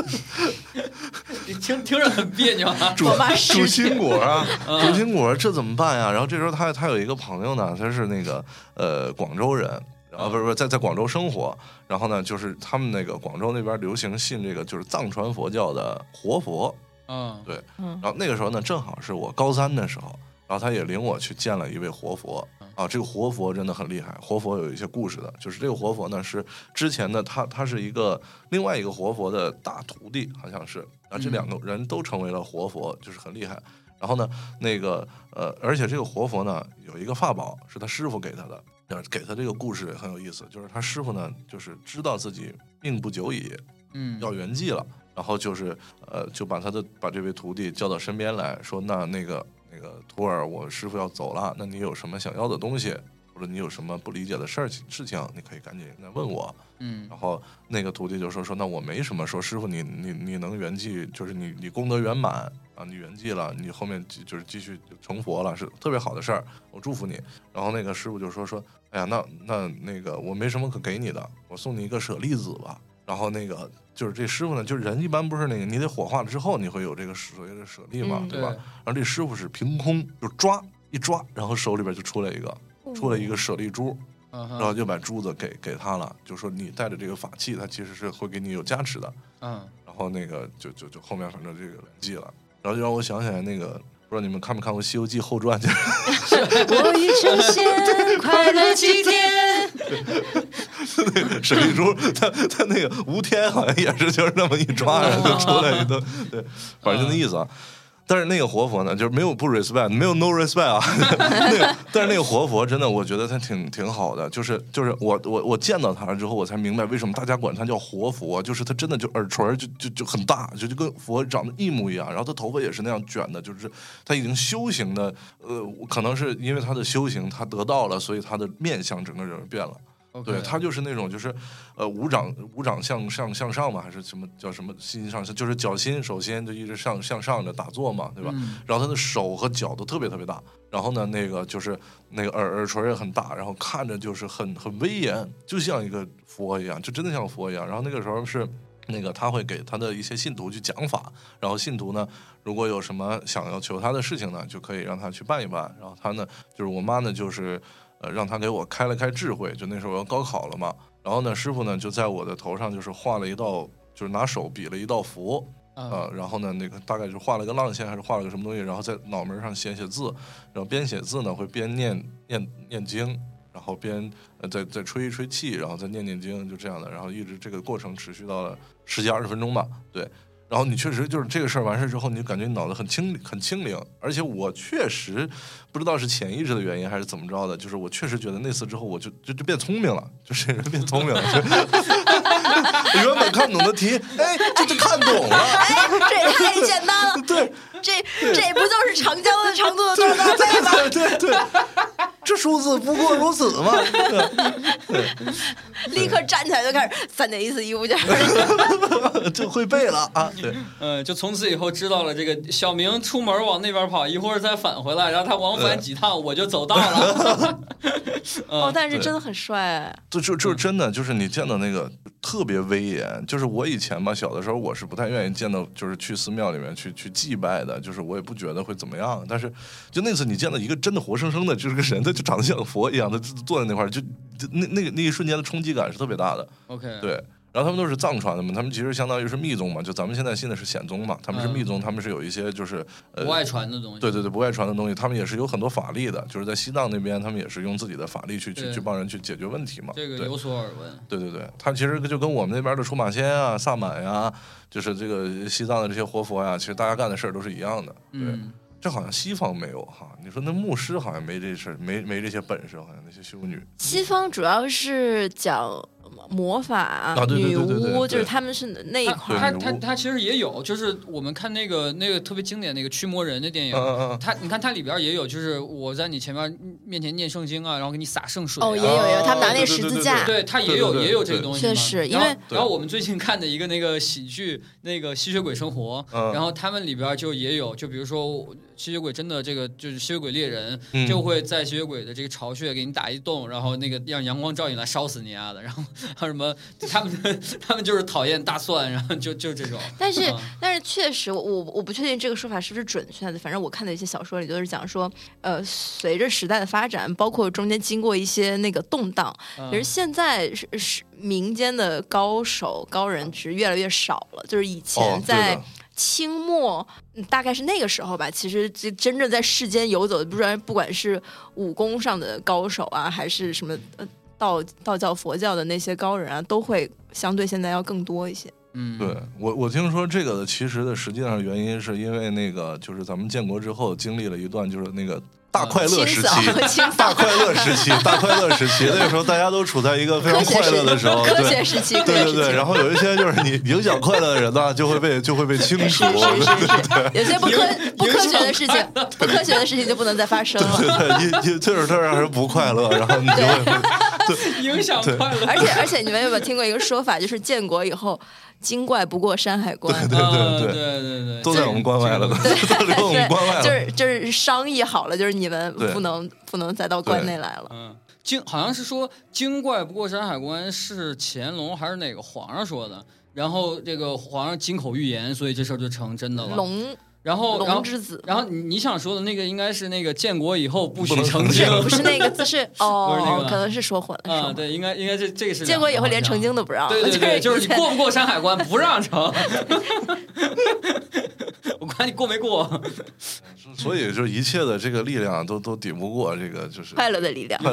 听着很别扭啊， 主心骨啊，主心骨，这怎么办呀？然后这时候他有一个朋友呢，他是那个广州人。然后不是在广州生活，然后呢，就是他们那个广州那边流行信这个就是藏传佛教的活佛，对，然后那个时候呢，正好是我高3的时候，然后他也领我去见了一位活佛啊，这个活佛真的很厉害，活佛有一些故事的，就是这个活佛呢是之前的他是另外一个活佛的大徒弟，好像是啊，这两个人都成为了活佛，就是很厉害。然后呢，那个而且这个活佛呢有一个法宝是他师傅给他的。给他这个故事也很有意思，就是他师傅呢，就是知道自己命不久矣，要圆寂了，然后就是就把这位徒弟叫到身边来说，那个徒儿，我师傅要走了，那你有什么想要的东西，或者你有什么不理解的事情，你可以赶紧来问我。然后那个徒弟就说那我没什么，说师傅你能圆寂，就是你功德圆满啊，你圆寂了，你后面就是继续成佛了，是特别好的事儿，我祝福你。然后那个师傅就说哎呀，那个我没什么可给你的，我送你一个舍利子吧。然后那个就是这师傅呢，就是人一般不是那个你得火化了之后你会有这个所谓的舍利嘛，对吧？然后这师傅是凭空就一抓，然后手里边就出来一个舍利珠。然后就把珠子给他了，就说你带着这个法器，它其实是会给你有加持的。然后那个就后面反正这个圆寂了，然后就让我想起来那个，不知道你们看没看过《西游记后传》？ 我已成仙，快乐几天。 那个舍利珠，他那个吴天好像也是就是那么一抓，然后就出来一个，对，反正就那意思啊。但是那个活佛呢，就是没有不 respect， 没有 no respect 啊。但是那个活佛真的，我觉得他挺好的。就是我见到他之后，我才明白为什么大家管他叫活佛，就是他真的就耳垂就很大，就跟佛长得一模一样。然后他头发也是那样卷的，就是他已经修行的，可能是因为他的修行他得到了，所以他的面相整个人变了。对，他就是那种就是五掌向上嘛，还是什么叫什么心上，就是脚心手心就一直向上的打坐嘛，对吧？然后他的手和脚都特别特别大，然后呢那个就是那个耳垂也很大，然后看着就是很威严，就像一个佛一样，就真的像佛一样。然后那个时候是那个他会给他的一些信徒去讲法，然后信徒呢如果有什么想要求他的事情呢，就可以让他去办一办。然后他呢就是我妈呢就是让他给我开了开智慧，就那时候我要高考了嘛。然后呢，师傅呢就在我的头上就是画了一道，就是拿手比了一道符，然后呢那个大概就画了个浪线还是画了个什么东西，然后在脑门上写字，然后边写字呢会边念经，然后边再吹一吹气，然后再念经，就这样的，然后一直这个过程持续到了10几20分钟吧，对。然后你确实就是这个事儿完事之后，你就感觉你脑子很清灵，而且我确实不知道是潜意识的原因还是怎么着的，就是我确实觉得那次之后我就变聪明了，就是人变聪明了，原本看不懂的题，哎，这就看懂了， 哎，这也太简单了， 对， 这不就是长江的长度的多少倍吗？ 对，这数字不过如此嘛， 立刻站起来就开始3点1 4 1 5加， 就会背了啊。对， 就从此以后知道了这个小明出门往那边跑，一会儿再返回来，然后他往返几趟，我就走到了。 但是真的很帅， 就真的就是你见到那个特别威严。就是我以前吧，小的时候我是不太愿意见到，就是去寺庙里面去祭拜的，就是我也不觉得会怎么样。但是就那次你见到一个真的活生生的，就是个人，他就长得像佛一样，他坐在那块儿，就那一瞬间的冲击感是特别大的。 OK， 对。然后他们都是藏传的嘛，他们其实相当于是密宗嘛，就咱们现在信的是显宗嘛，他们是密宗，他们是有一些就是不外传的东西。 对，不外传的东西，他们也是有很多法力的，就是在西藏那边，他们也是用自己的法力去帮人去解决问题嘛。 这个有所耳闻。 对，他其实就跟我们那边的出马仙啊、萨满呀，就是这个西藏的这些活佛呀，其实大家干的事儿都是一样的。对。这好像西方没有哈，你说那牧师好像没这事，没这些本事，好像那些修女。 西方主要是讲魔法、女巫，就是他们是那一块。 他其实也有，就是我们看那个特别经典那个驱魔人的电影，你看它里边也有，就是我在你面前念圣经啊，然后给你洒圣水。 也有，他们拿那十字架。 对，他也有这个东西。 确实，因为然后我们最近看的一个那个喜剧，那个吸血鬼生活，然后他们里边就也有，就比如说。吸血鬼真的这个就是吸血鬼猎人，就会在吸血鬼的这个巢穴给你打一洞，然后那个让阳光照进来烧死你啊的，然后还有什么他们就是讨厌大蒜，然后就这种。 但是确实我不确定这个说法是不是准确的，反正我看的一些小说里都是讲说，随着时代的发展，包括中间经过一些那个动荡，其实现在是民间的高手高人是越来越少了，就是以前在。清末大概是那个时候吧，其实真正在世间游走的，不管是武功上的高手啊，还是什么道教佛教的那些高人啊，都会相对现在要更多一些。 对，我听说这个的其实的实际上原因是因为那个就是咱们建国之后经历了一段就是那个大快乐时期，大快乐时期，那个时候大家都处在一个非常快乐的时候， 科学时期， 对，然后有一些就是你影响快乐的人呢，就会被清除， 对，有些不科学的事情就不能再发生了， 对，就是它让人不快乐，然后你就会影响快乐， 而且你们有没有听过一个说法，就是建国以后。精怪不过山海关， 对， 都在我们关外了，都留我们关外了。 就是商议好了，就是你们不能再到关内来了。 好像是说精怪不过山海关是乾隆还是哪个皇上说的？然后这个皇上金口玉言，所以这事儿就成真的了。然后龙之子， 然后你想说的那个应该是那个建国以后不许成精， 不是那个字是不是那个， 可能是说混了。 对，应该这个是建国以后连成精都不让。 对，就是你过不过山海关不让成，我管你过没过。 所以就是一切的这个力量都抵不过这个就是快乐的力量，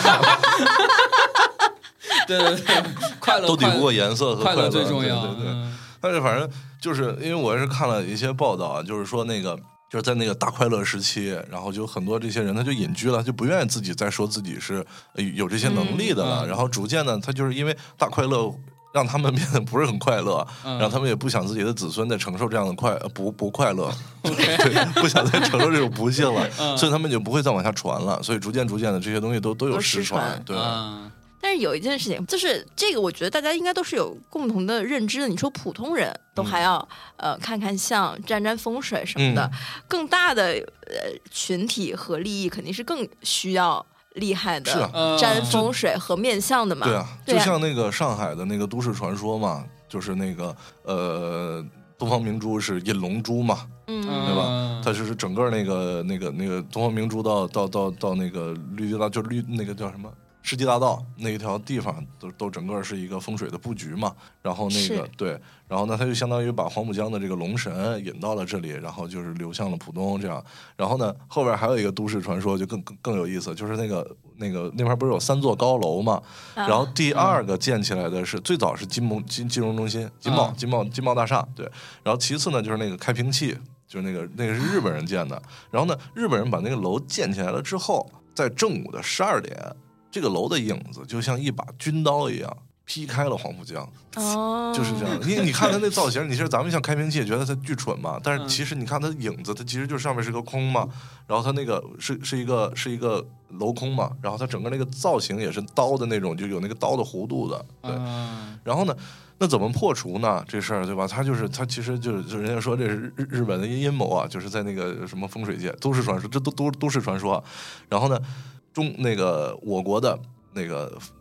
对，快乐都抵不过颜色和快乐最重要。 对。但是反正就是因为我是看了一些报道啊，就是说那个就是在那个大快乐时期，然后就很多这些人他就隐居了，就不愿意自己再说自己是有这些能力的了，然后逐渐呢，他就是因为大快乐让他们变得不是很快乐，然后他们也不想自己的子孙再承受这样的不快乐，对，不想再承受这种不幸了，所以他们就不会再往下传了，所以逐渐的这些东西都有失传，对。 但是有一件事情，就是这个，我觉得大家应该都是有共同的认知的。你说普通人都还要看看相、沾风水什么的，更大的群体和利益肯定是更需要厉害的沾风水和面相的嘛。 对啊，就像那个上海的那个都市传说嘛，就是那个东方明珠是引龙珠嘛，对吧？它是整个那个东方明珠到那个绿地大，就那个叫什么？世纪大道那一条地方都整个是一个风水的布局嘛，然后那个对，然后呢他就相当于把黄浦江的这个龙神引到了这里，然后就是流向了浦东这样，然后呢后边还有一个都市传说就更有意思，就是那边不是有3座高楼嘛，然后第2个建起来的是最早是金融中心金茂大厦，对，然后其次呢就是那个开平器，就是那个是日本人建的，然后呢日本人把那个楼建起来了之后，在正午的12点。这个楼的影子就像一把军刀一样劈开了黄浦江，就是这样。你看它那造型，你是咱们像开瓶器觉得它巨蠢嘛，但是其实你看它影子，它其实就上面是个空嘛，然后它那个是一个镂空嘛，然后它整个那个造型也是刀的那种，就有那个刀的弧度的，对。然后呢，那怎么破除呢？这事儿对吧？它其实就是人家说这是日本的阴谋啊，就是在那个什么风水界都市传说，这都市传说。然后呢，那个我国的那个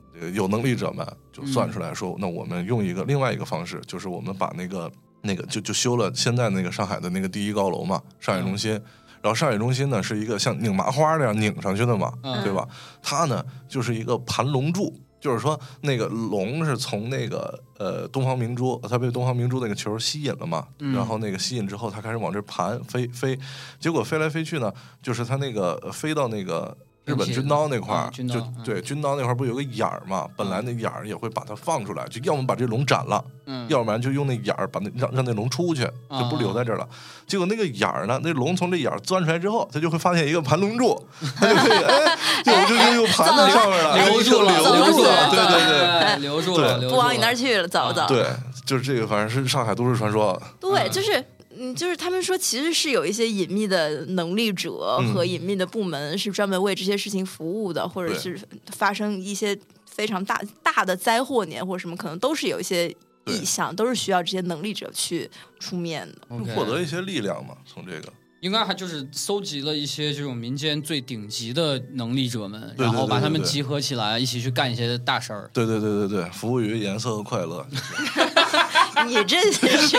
有能力者们就算出来说，那我们用另外一个方式，就是我们把那个就修了现在那个上海的那个第一高楼嘛，上海中心。然后上海中心呢是一个像拧麻花那样拧上去的嘛，对吧？它呢就是一个盘龙柱，就是说那个龙是从那个东方明珠，它被东方明珠那个球吸引了嘛，然后那个吸引之后，它开始往这盘飞，结果飞来飞去呢，就是它那个飞到那个日本军刀那块儿，就对军刀那块儿不有个眼儿嘛？本来那眼儿也会把它放出来，就要么把这龙斩了，要不然就用那眼儿把让那龙出去，就不留在这儿了。结果那个眼儿呢，那龙从这眼儿钻出来之后，它就会发现一个盘龙柱，它就可以就盘在上面了， 留住了， 对， 留住了， 不往你那儿去了，走。 对，就是这个，反正是上海都市传说。 对，就是他们说，其实是有一些隐秘的能力者和隐秘的部门是专门为这些事情服务的，或者是发生一些非常大的灾祸年或者什么，可能都是有一些意向，都是需要这些能力者去出面的， 获得一些力量嘛。从这个应该还就是搜集了一些这种民间最顶级的能力者们，然后把他们集合起来，一起去干一些大事儿。 对，服务于颜色和快乐。 你这是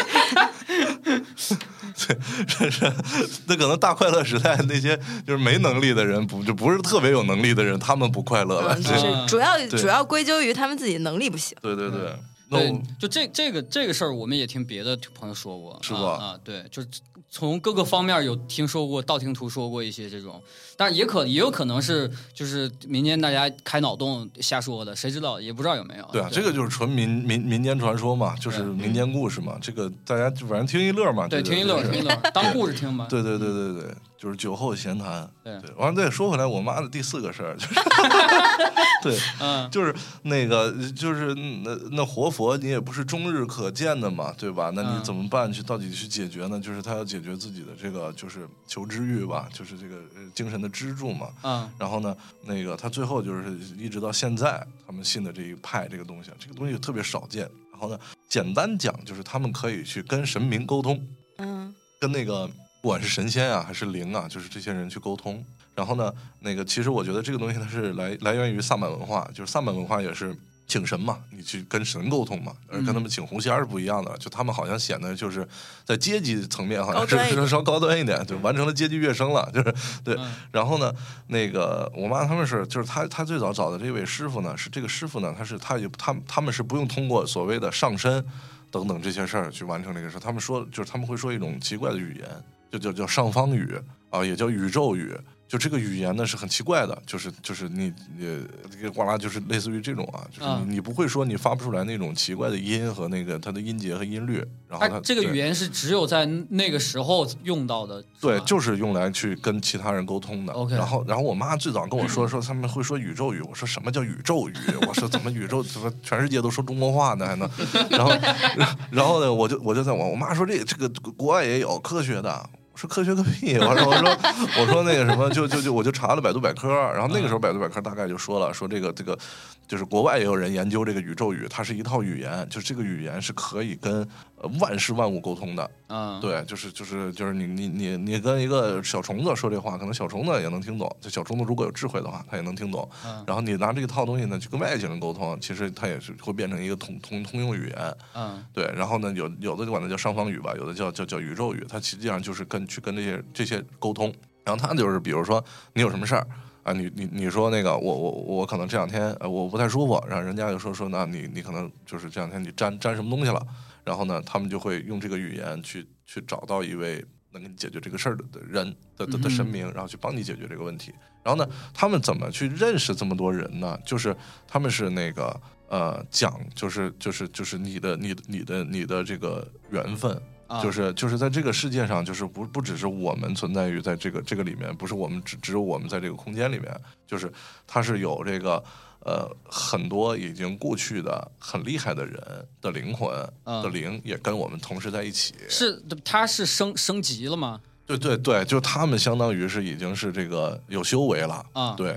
对，是那可能大快乐时代那些就是没能力的人，不是特别有能力的人，他们不快乐了。 就是主要归咎于他们自己能力不行。 对。 对，就这个事儿，我们也听别的朋友说过， 是吧？ 对，就是从各个方面有听说过，道听途说过一些这种，但也有可能是就是民间大家开脑洞瞎说的，谁知道也不知道有没有。 对啊，这个就是纯民间传说嘛，就是民间故事嘛，这个大家就反正听一乐嘛。 对，听一乐，当故事听嘛。 对，就是酒后闲谈。对，完了再说回来，我妈的第4个事儿就是，对，就是那个就是那活佛你也不是终日可见的嘛，对吧？那你怎么办？到底去解决呢？就是他要解决自己的这个就是求知欲吧，就是这个精神的支柱嘛。然后呢，那个他最后就是一直到现在，他们信的这一派这个东西特别少见。然后呢，简单讲就是他们可以去跟神明沟通，跟那个不管是神仙啊还是灵啊，就是这些人去沟通。然后呢，那个其实我觉得这个东西它是来源于萨满文化，就是萨满文化也是请神嘛，你去跟神沟通嘛，而跟他们请狐仙是不一样的，就他们好像显得就是在阶级层面好像是稍高端一点，对，完成了阶级跃升了，就是对。然后呢，那个我妈他们就是他最早找的这位师傅呢，是这个师傅呢，他们是不用通过所谓的上身等等这些事儿去完成这个事，他们说就是他们会说一种奇怪的语言，就叫上方语啊，也叫宇宙语。就这个语言呢是很奇怪的，就是你呱啦，就是类似于这种啊，就是你不会说，你发不出来那种奇怪的音和那个它的音节和音律。然后它这个语言是只有在那个时候用到的， 对，就是用来去跟其他人沟通的。 OK， 然后我妈最早跟我说他们会说宇宙语，我说什么叫宇宙语？我说怎么宇宙怎么全世界都说中国话呢还能？然后呢我就在我妈说这个国外也有科学的。说科学个屁！我说那个什么，我就查了百度百科，然后那个时候百度百科大概就说了，说这个就是国外也有人研究这个宇宙语，它是一套语言，就是这个语言是可以跟万事万物沟通的。对，就是你跟一个小虫子说这话，可能小虫子也能听懂。这小虫子如果有智慧的话，它也能听懂。然后你拿这个套东西呢去跟外星人沟通，其实它也是会变成一个通用语言。对，然后呢有的就管它叫上方语吧，有的叫宇宙语，它实际上就是去跟这些沟通。然后它就是比如说你有什么事儿啊，你说那个我可能这两天我不太舒服，然后人家就说那你可能就是这两天你沾什么东西了，然后呢他们就会用这个语言去找到一位能给你解决这个事儿的人的神明，然后去帮你解决这个问题。然后呢他们怎么去认识这么多人呢？就是他们是那个讲就是你的这个缘分。就是在这个世界上，就是不只是我们存在于在这个里面，不是我们只有我们在这个空间里面，就是它是有这个很多已经过去的很厉害的人的灵魂的灵也跟我们同时在一起。 是，它是升级了吗？ 对，就他们相当于是已经是这个有修为了对，然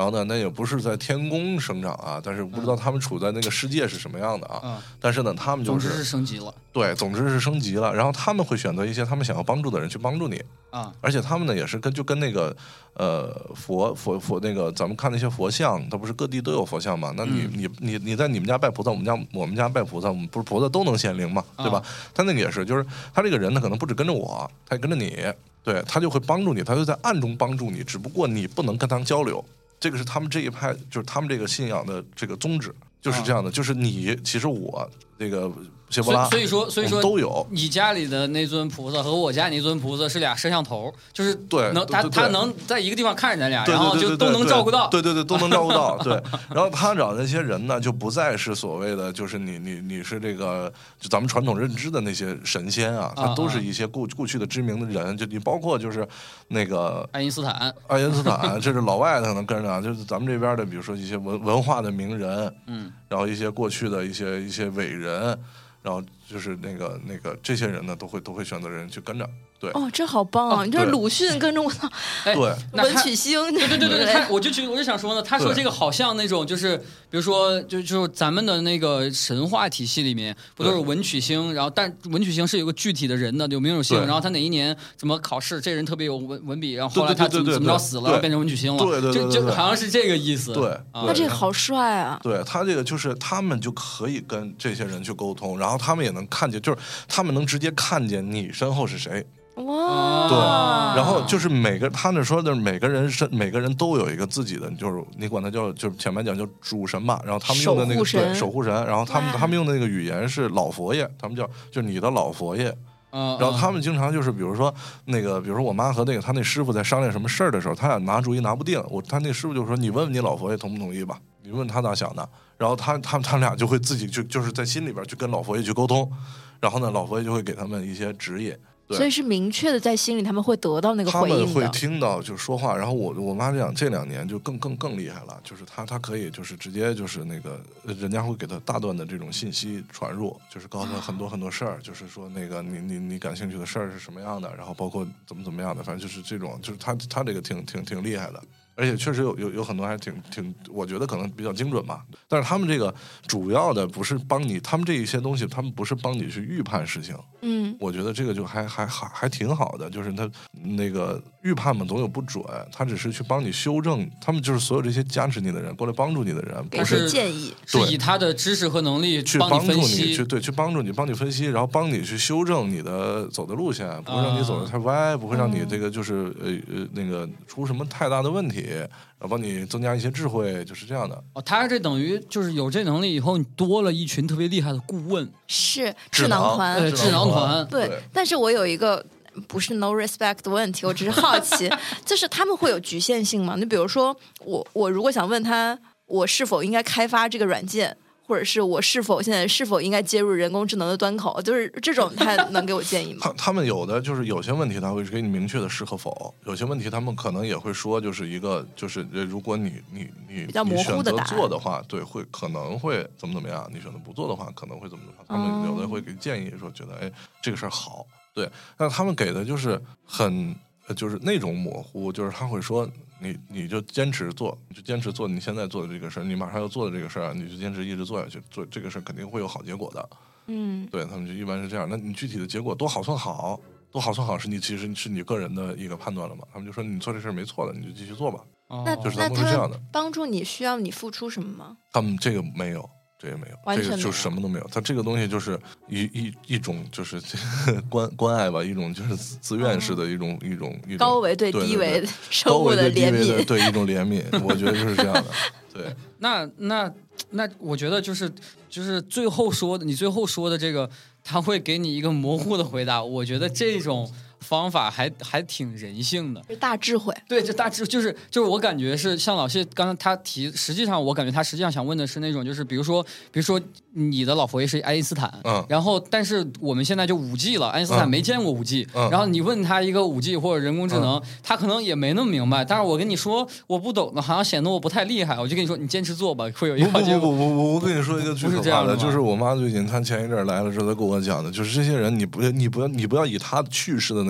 然后呢，那也不是在天宫生长啊，但是不知道他们处在那个世界是什么样的啊。但是呢，他们就是总之是升级了。 对，总之是升级了。然后他们会选择一些他们想要帮助的人去帮助你啊。 而且他们呢也是跟那个佛那个咱们看那些佛像，它不是各地都有佛像嘛？那你在你们家拜菩萨，我们家拜菩萨，我们不是菩萨都能显灵嘛，对吧？他那个也是，就是他这个人呢，可能不止跟着我，他也跟着你，对他就会帮助你，他就在暗中帮助你，只不过你不能跟他交流。这个是他们这一派，就是他们这个信仰的这个宗旨，就是这样的。就是你，其实我这个谢波拉， 所以说都有。 你家里的那尊菩萨和我家那尊菩萨是俩摄像头，就是对， 他能在一个地方看着咱俩，然后就都能照顾到。 对，都能照顾到。对，然后他找那些人呢，就不再是所谓的，就是你是这个，就咱们传统认知的那些神仙啊，他都是一些过去的知名的人，就你包括就是那个爱因斯坦， 这是老外可能跟着，就是咱们这边的，比如说一些文化的名人，然后一些过去的一些伟人。然后就是那个这些人呢，都会选择人去跟着。对哦，这好棒啊！你这鲁迅跟着我， 对， 文曲星， 对，我就想说呢，他说这个好像那种就是比如说就是咱们的那个神话体系里面不都是文曲星，然后但文曲星是有个具体的人的，有名有姓，然后他哪一年怎么考试，这人特别有文笔，然后后来他怎么着死了，然后变成文曲星了， 对， 就好像是这个意思。 对， 他这个好帅啊！ 对他这个就是他们就可以跟这些人去沟通，然后他们也能看见，就是他们能直接看见你身后是谁。 哇， 对，然后就是他那说的每个人都有一个自己的，就是你管他叫，就是前面讲叫主神吧，然后他们用的那个对守护神，然后他们用的那个语言是老佛爷，他们叫就你的老佛爷。然后他们经常就是比如说我妈和他那师傅在商量什么事儿的时候，他俩拿主意拿不定，他那师傅就说你问问你老佛爷同不同意吧，你问他咋想的，然后他俩就会自己就是在心里边去跟老佛爷去沟通，然后呢老佛爷就会给他们一些指引。 所以是明确的在心里他们会得到那个回应的， 他们会听到就说话。然后我妈这两年就更厉害了，就是他可以就是直接就是那个人家会给他大段的这种信息传入，就是告诉他很多很多事儿，就是说那个你感兴趣的事儿是什么样的，然后包括怎么样的，反正就是这种，就是他这个挺厉害的。而且确实有很多还挺，我觉得可能比较精准吧。但是他们这个主要的不是帮你，他们这一些东西，他们不是帮你去预判事情。我觉得这个就还挺好的，就是他那个预判嘛总有不准，他只是去帮你修正。他们就是所有这些加持你的人，过来帮助你的人， 给是建议， 是以他的知识和能力去帮助你，去帮助你，帮你分析，然后帮你去修正你的走的路线，不会让你走得太歪，不会让你这个就是那个出什么太大的问题。然后帮你增加一些智慧，就是这样的。 他这等于就是有这能力以后，你多了一群特别厉害的顾问， 是智囊团， 智囊团。 对，但是我有一个不是 no respect 的问题，我只是好奇，就是他们会有局限性吗？你比如说，我如果想问他，我是否应该开发这个软件？或者是我现在是否应该接入人工智能的端口，就是这种他能给我建议吗？ 他们有的就是有些问题他会给你明确的是和否，有些问题他们可能也会说，就是一个就是如果你比较模糊的答案做的话，对，可能会怎么样，你选择不做的话可能会怎么样，他们有的会给建议说觉得这个事儿好，对，但他们给的就是很就是那种模糊，就是他会说你就坚持做，你现在做的这个事儿，你马上要做的这个事儿，你就坚持一直做下去，做这个事儿肯定会有好结果的。对，他们就一般是这样。那你具体的结果多好算好是你其实是你个人的一个判断了嘛？他们就说你做这事儿没错的，你就继续做吧。就是他们是这样的。 帮助你需要你付出什么吗？ 他们这个没有。这也没有，这个就什么都没有。它这个东西就是一种就是关爱吧，一种就是自愿式的一种高维对低维生物的怜悯， 对一种怜悯，我觉得就是这样的。对， 那我觉得就是你最后说的这个，他会给你一个模糊的回答。我觉得这种方法还挺人性的， 是大智慧。 对，这大智就是我感觉是像老谢刚才他提，实际上我感觉他实际上想问的是那种，就是比如说你的老佛爷是爱因斯坦，然后但是我们现在就5G 了，爱因斯坦没见过5G，然后你问他一个5G 或者人工智能，他可能也没那么明白。但是我跟你说我不懂的，好像显得我不太厉害，我就跟你说你坚持做吧，会有一个好结果。 我跟你说一个最可怕的，就是我妈最近她前一阵来了之后，她跟我讲的，就是这些人你不要以她去世的那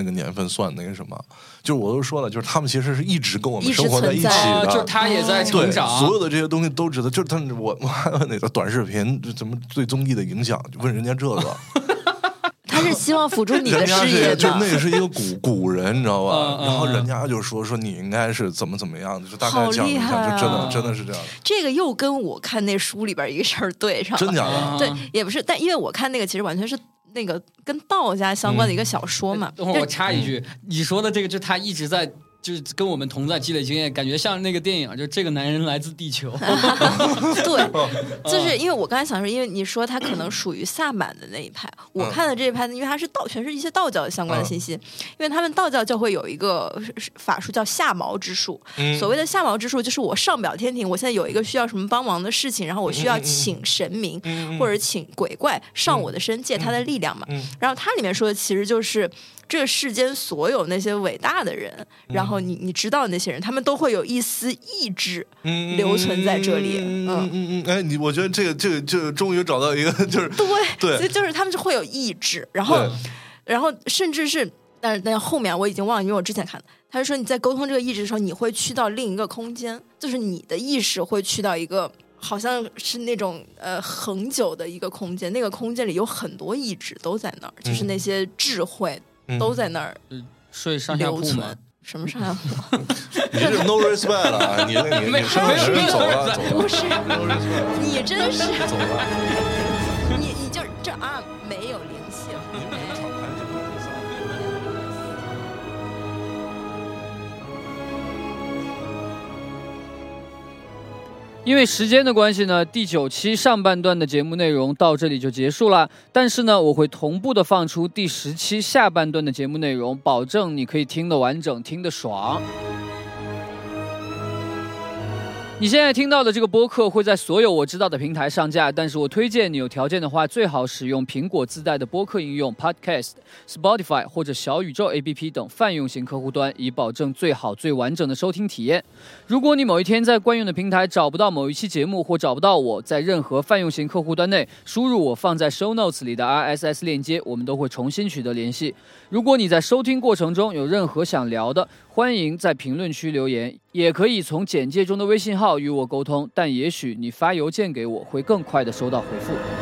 那个年份算那个什么，就是我都说了，就是他们其实是一直跟我们生活在一起的， 就是他也在成长， 所有的这些东西都知道。就是他们我还有那个短视频怎么对综艺的影响，就问人家这个。 他是希望辅助你的事业的， 就那也是一个古人，你知道吧？然后人家就说你应该是怎么样，就大概讲一下，就真的是这样的。 这个又跟我看那书里边一个事儿对上了， 真假的？ 对，也不是，但因为我看那个其实完全是那个跟道家相关的一个小说嘛。 等会儿我插一句，你说的这个就他一直在。就是跟我们同在积累经验，感觉像那个电影，就这个男人来自地球。 对，就是因为我刚才想说，因为你说他可能属于萨满的那一派，我看的这一派呢，因为它是全是一些道教相关的信息，因为他们道教就会有一个法术叫下毛之术。所谓的下毛之术，就是我上表天庭，我现在有一个需要什么帮忙的事情，然后我需要请神明或者请鬼怪上我的身，借他的力量嘛。然后它里面说的其实就是这个世间所有那些伟大的人，然后你知道那些人，他们都会有一丝意志留存在这里。 哎，我觉得这个终于找到一个，就是对， 所以就是他们就会有意志，然后甚至是，但后面我已经忘了，因为我之前看的，他是说你在沟通这个意志的时候，你会去到另一个空间，就是你的意识会去到一个好像是那种恒久的一个空间，那个空间里有很多意志都在那儿，就是那些智慧都在那儿睡上下铺吗？ 什么上下铺？ 你这 no respect 了啊！你上下人走了， 不是，你真是走了，你就这啊没有灵性。 因为时间的关系呢，第9期上半段的节目内容到这里就结束了。但是呢，我会同步的放出第10期下半段的节目内容，保证你可以听得完整，听得爽。你现在听到的这个播客会在所有我知道的平台上架，但是我推荐你有条件的话，最好使用苹果自带的播客应用 Podcast、Spotify 或者小宇宙 APP 等泛用型客户端，以保证最好最完整的收听体验。如果你某一天在惯用的平台找不到某一期节目或找不到我，在任何泛用型客户端内输入我放在 show notes 里的 RSS 链接，我们都会重新取得联系。如果你在收听过程中有任何想聊的，欢迎在评论区留言，也可以从简介中的微信号与我沟通，但也许你发邮件给我会更快的收到回复。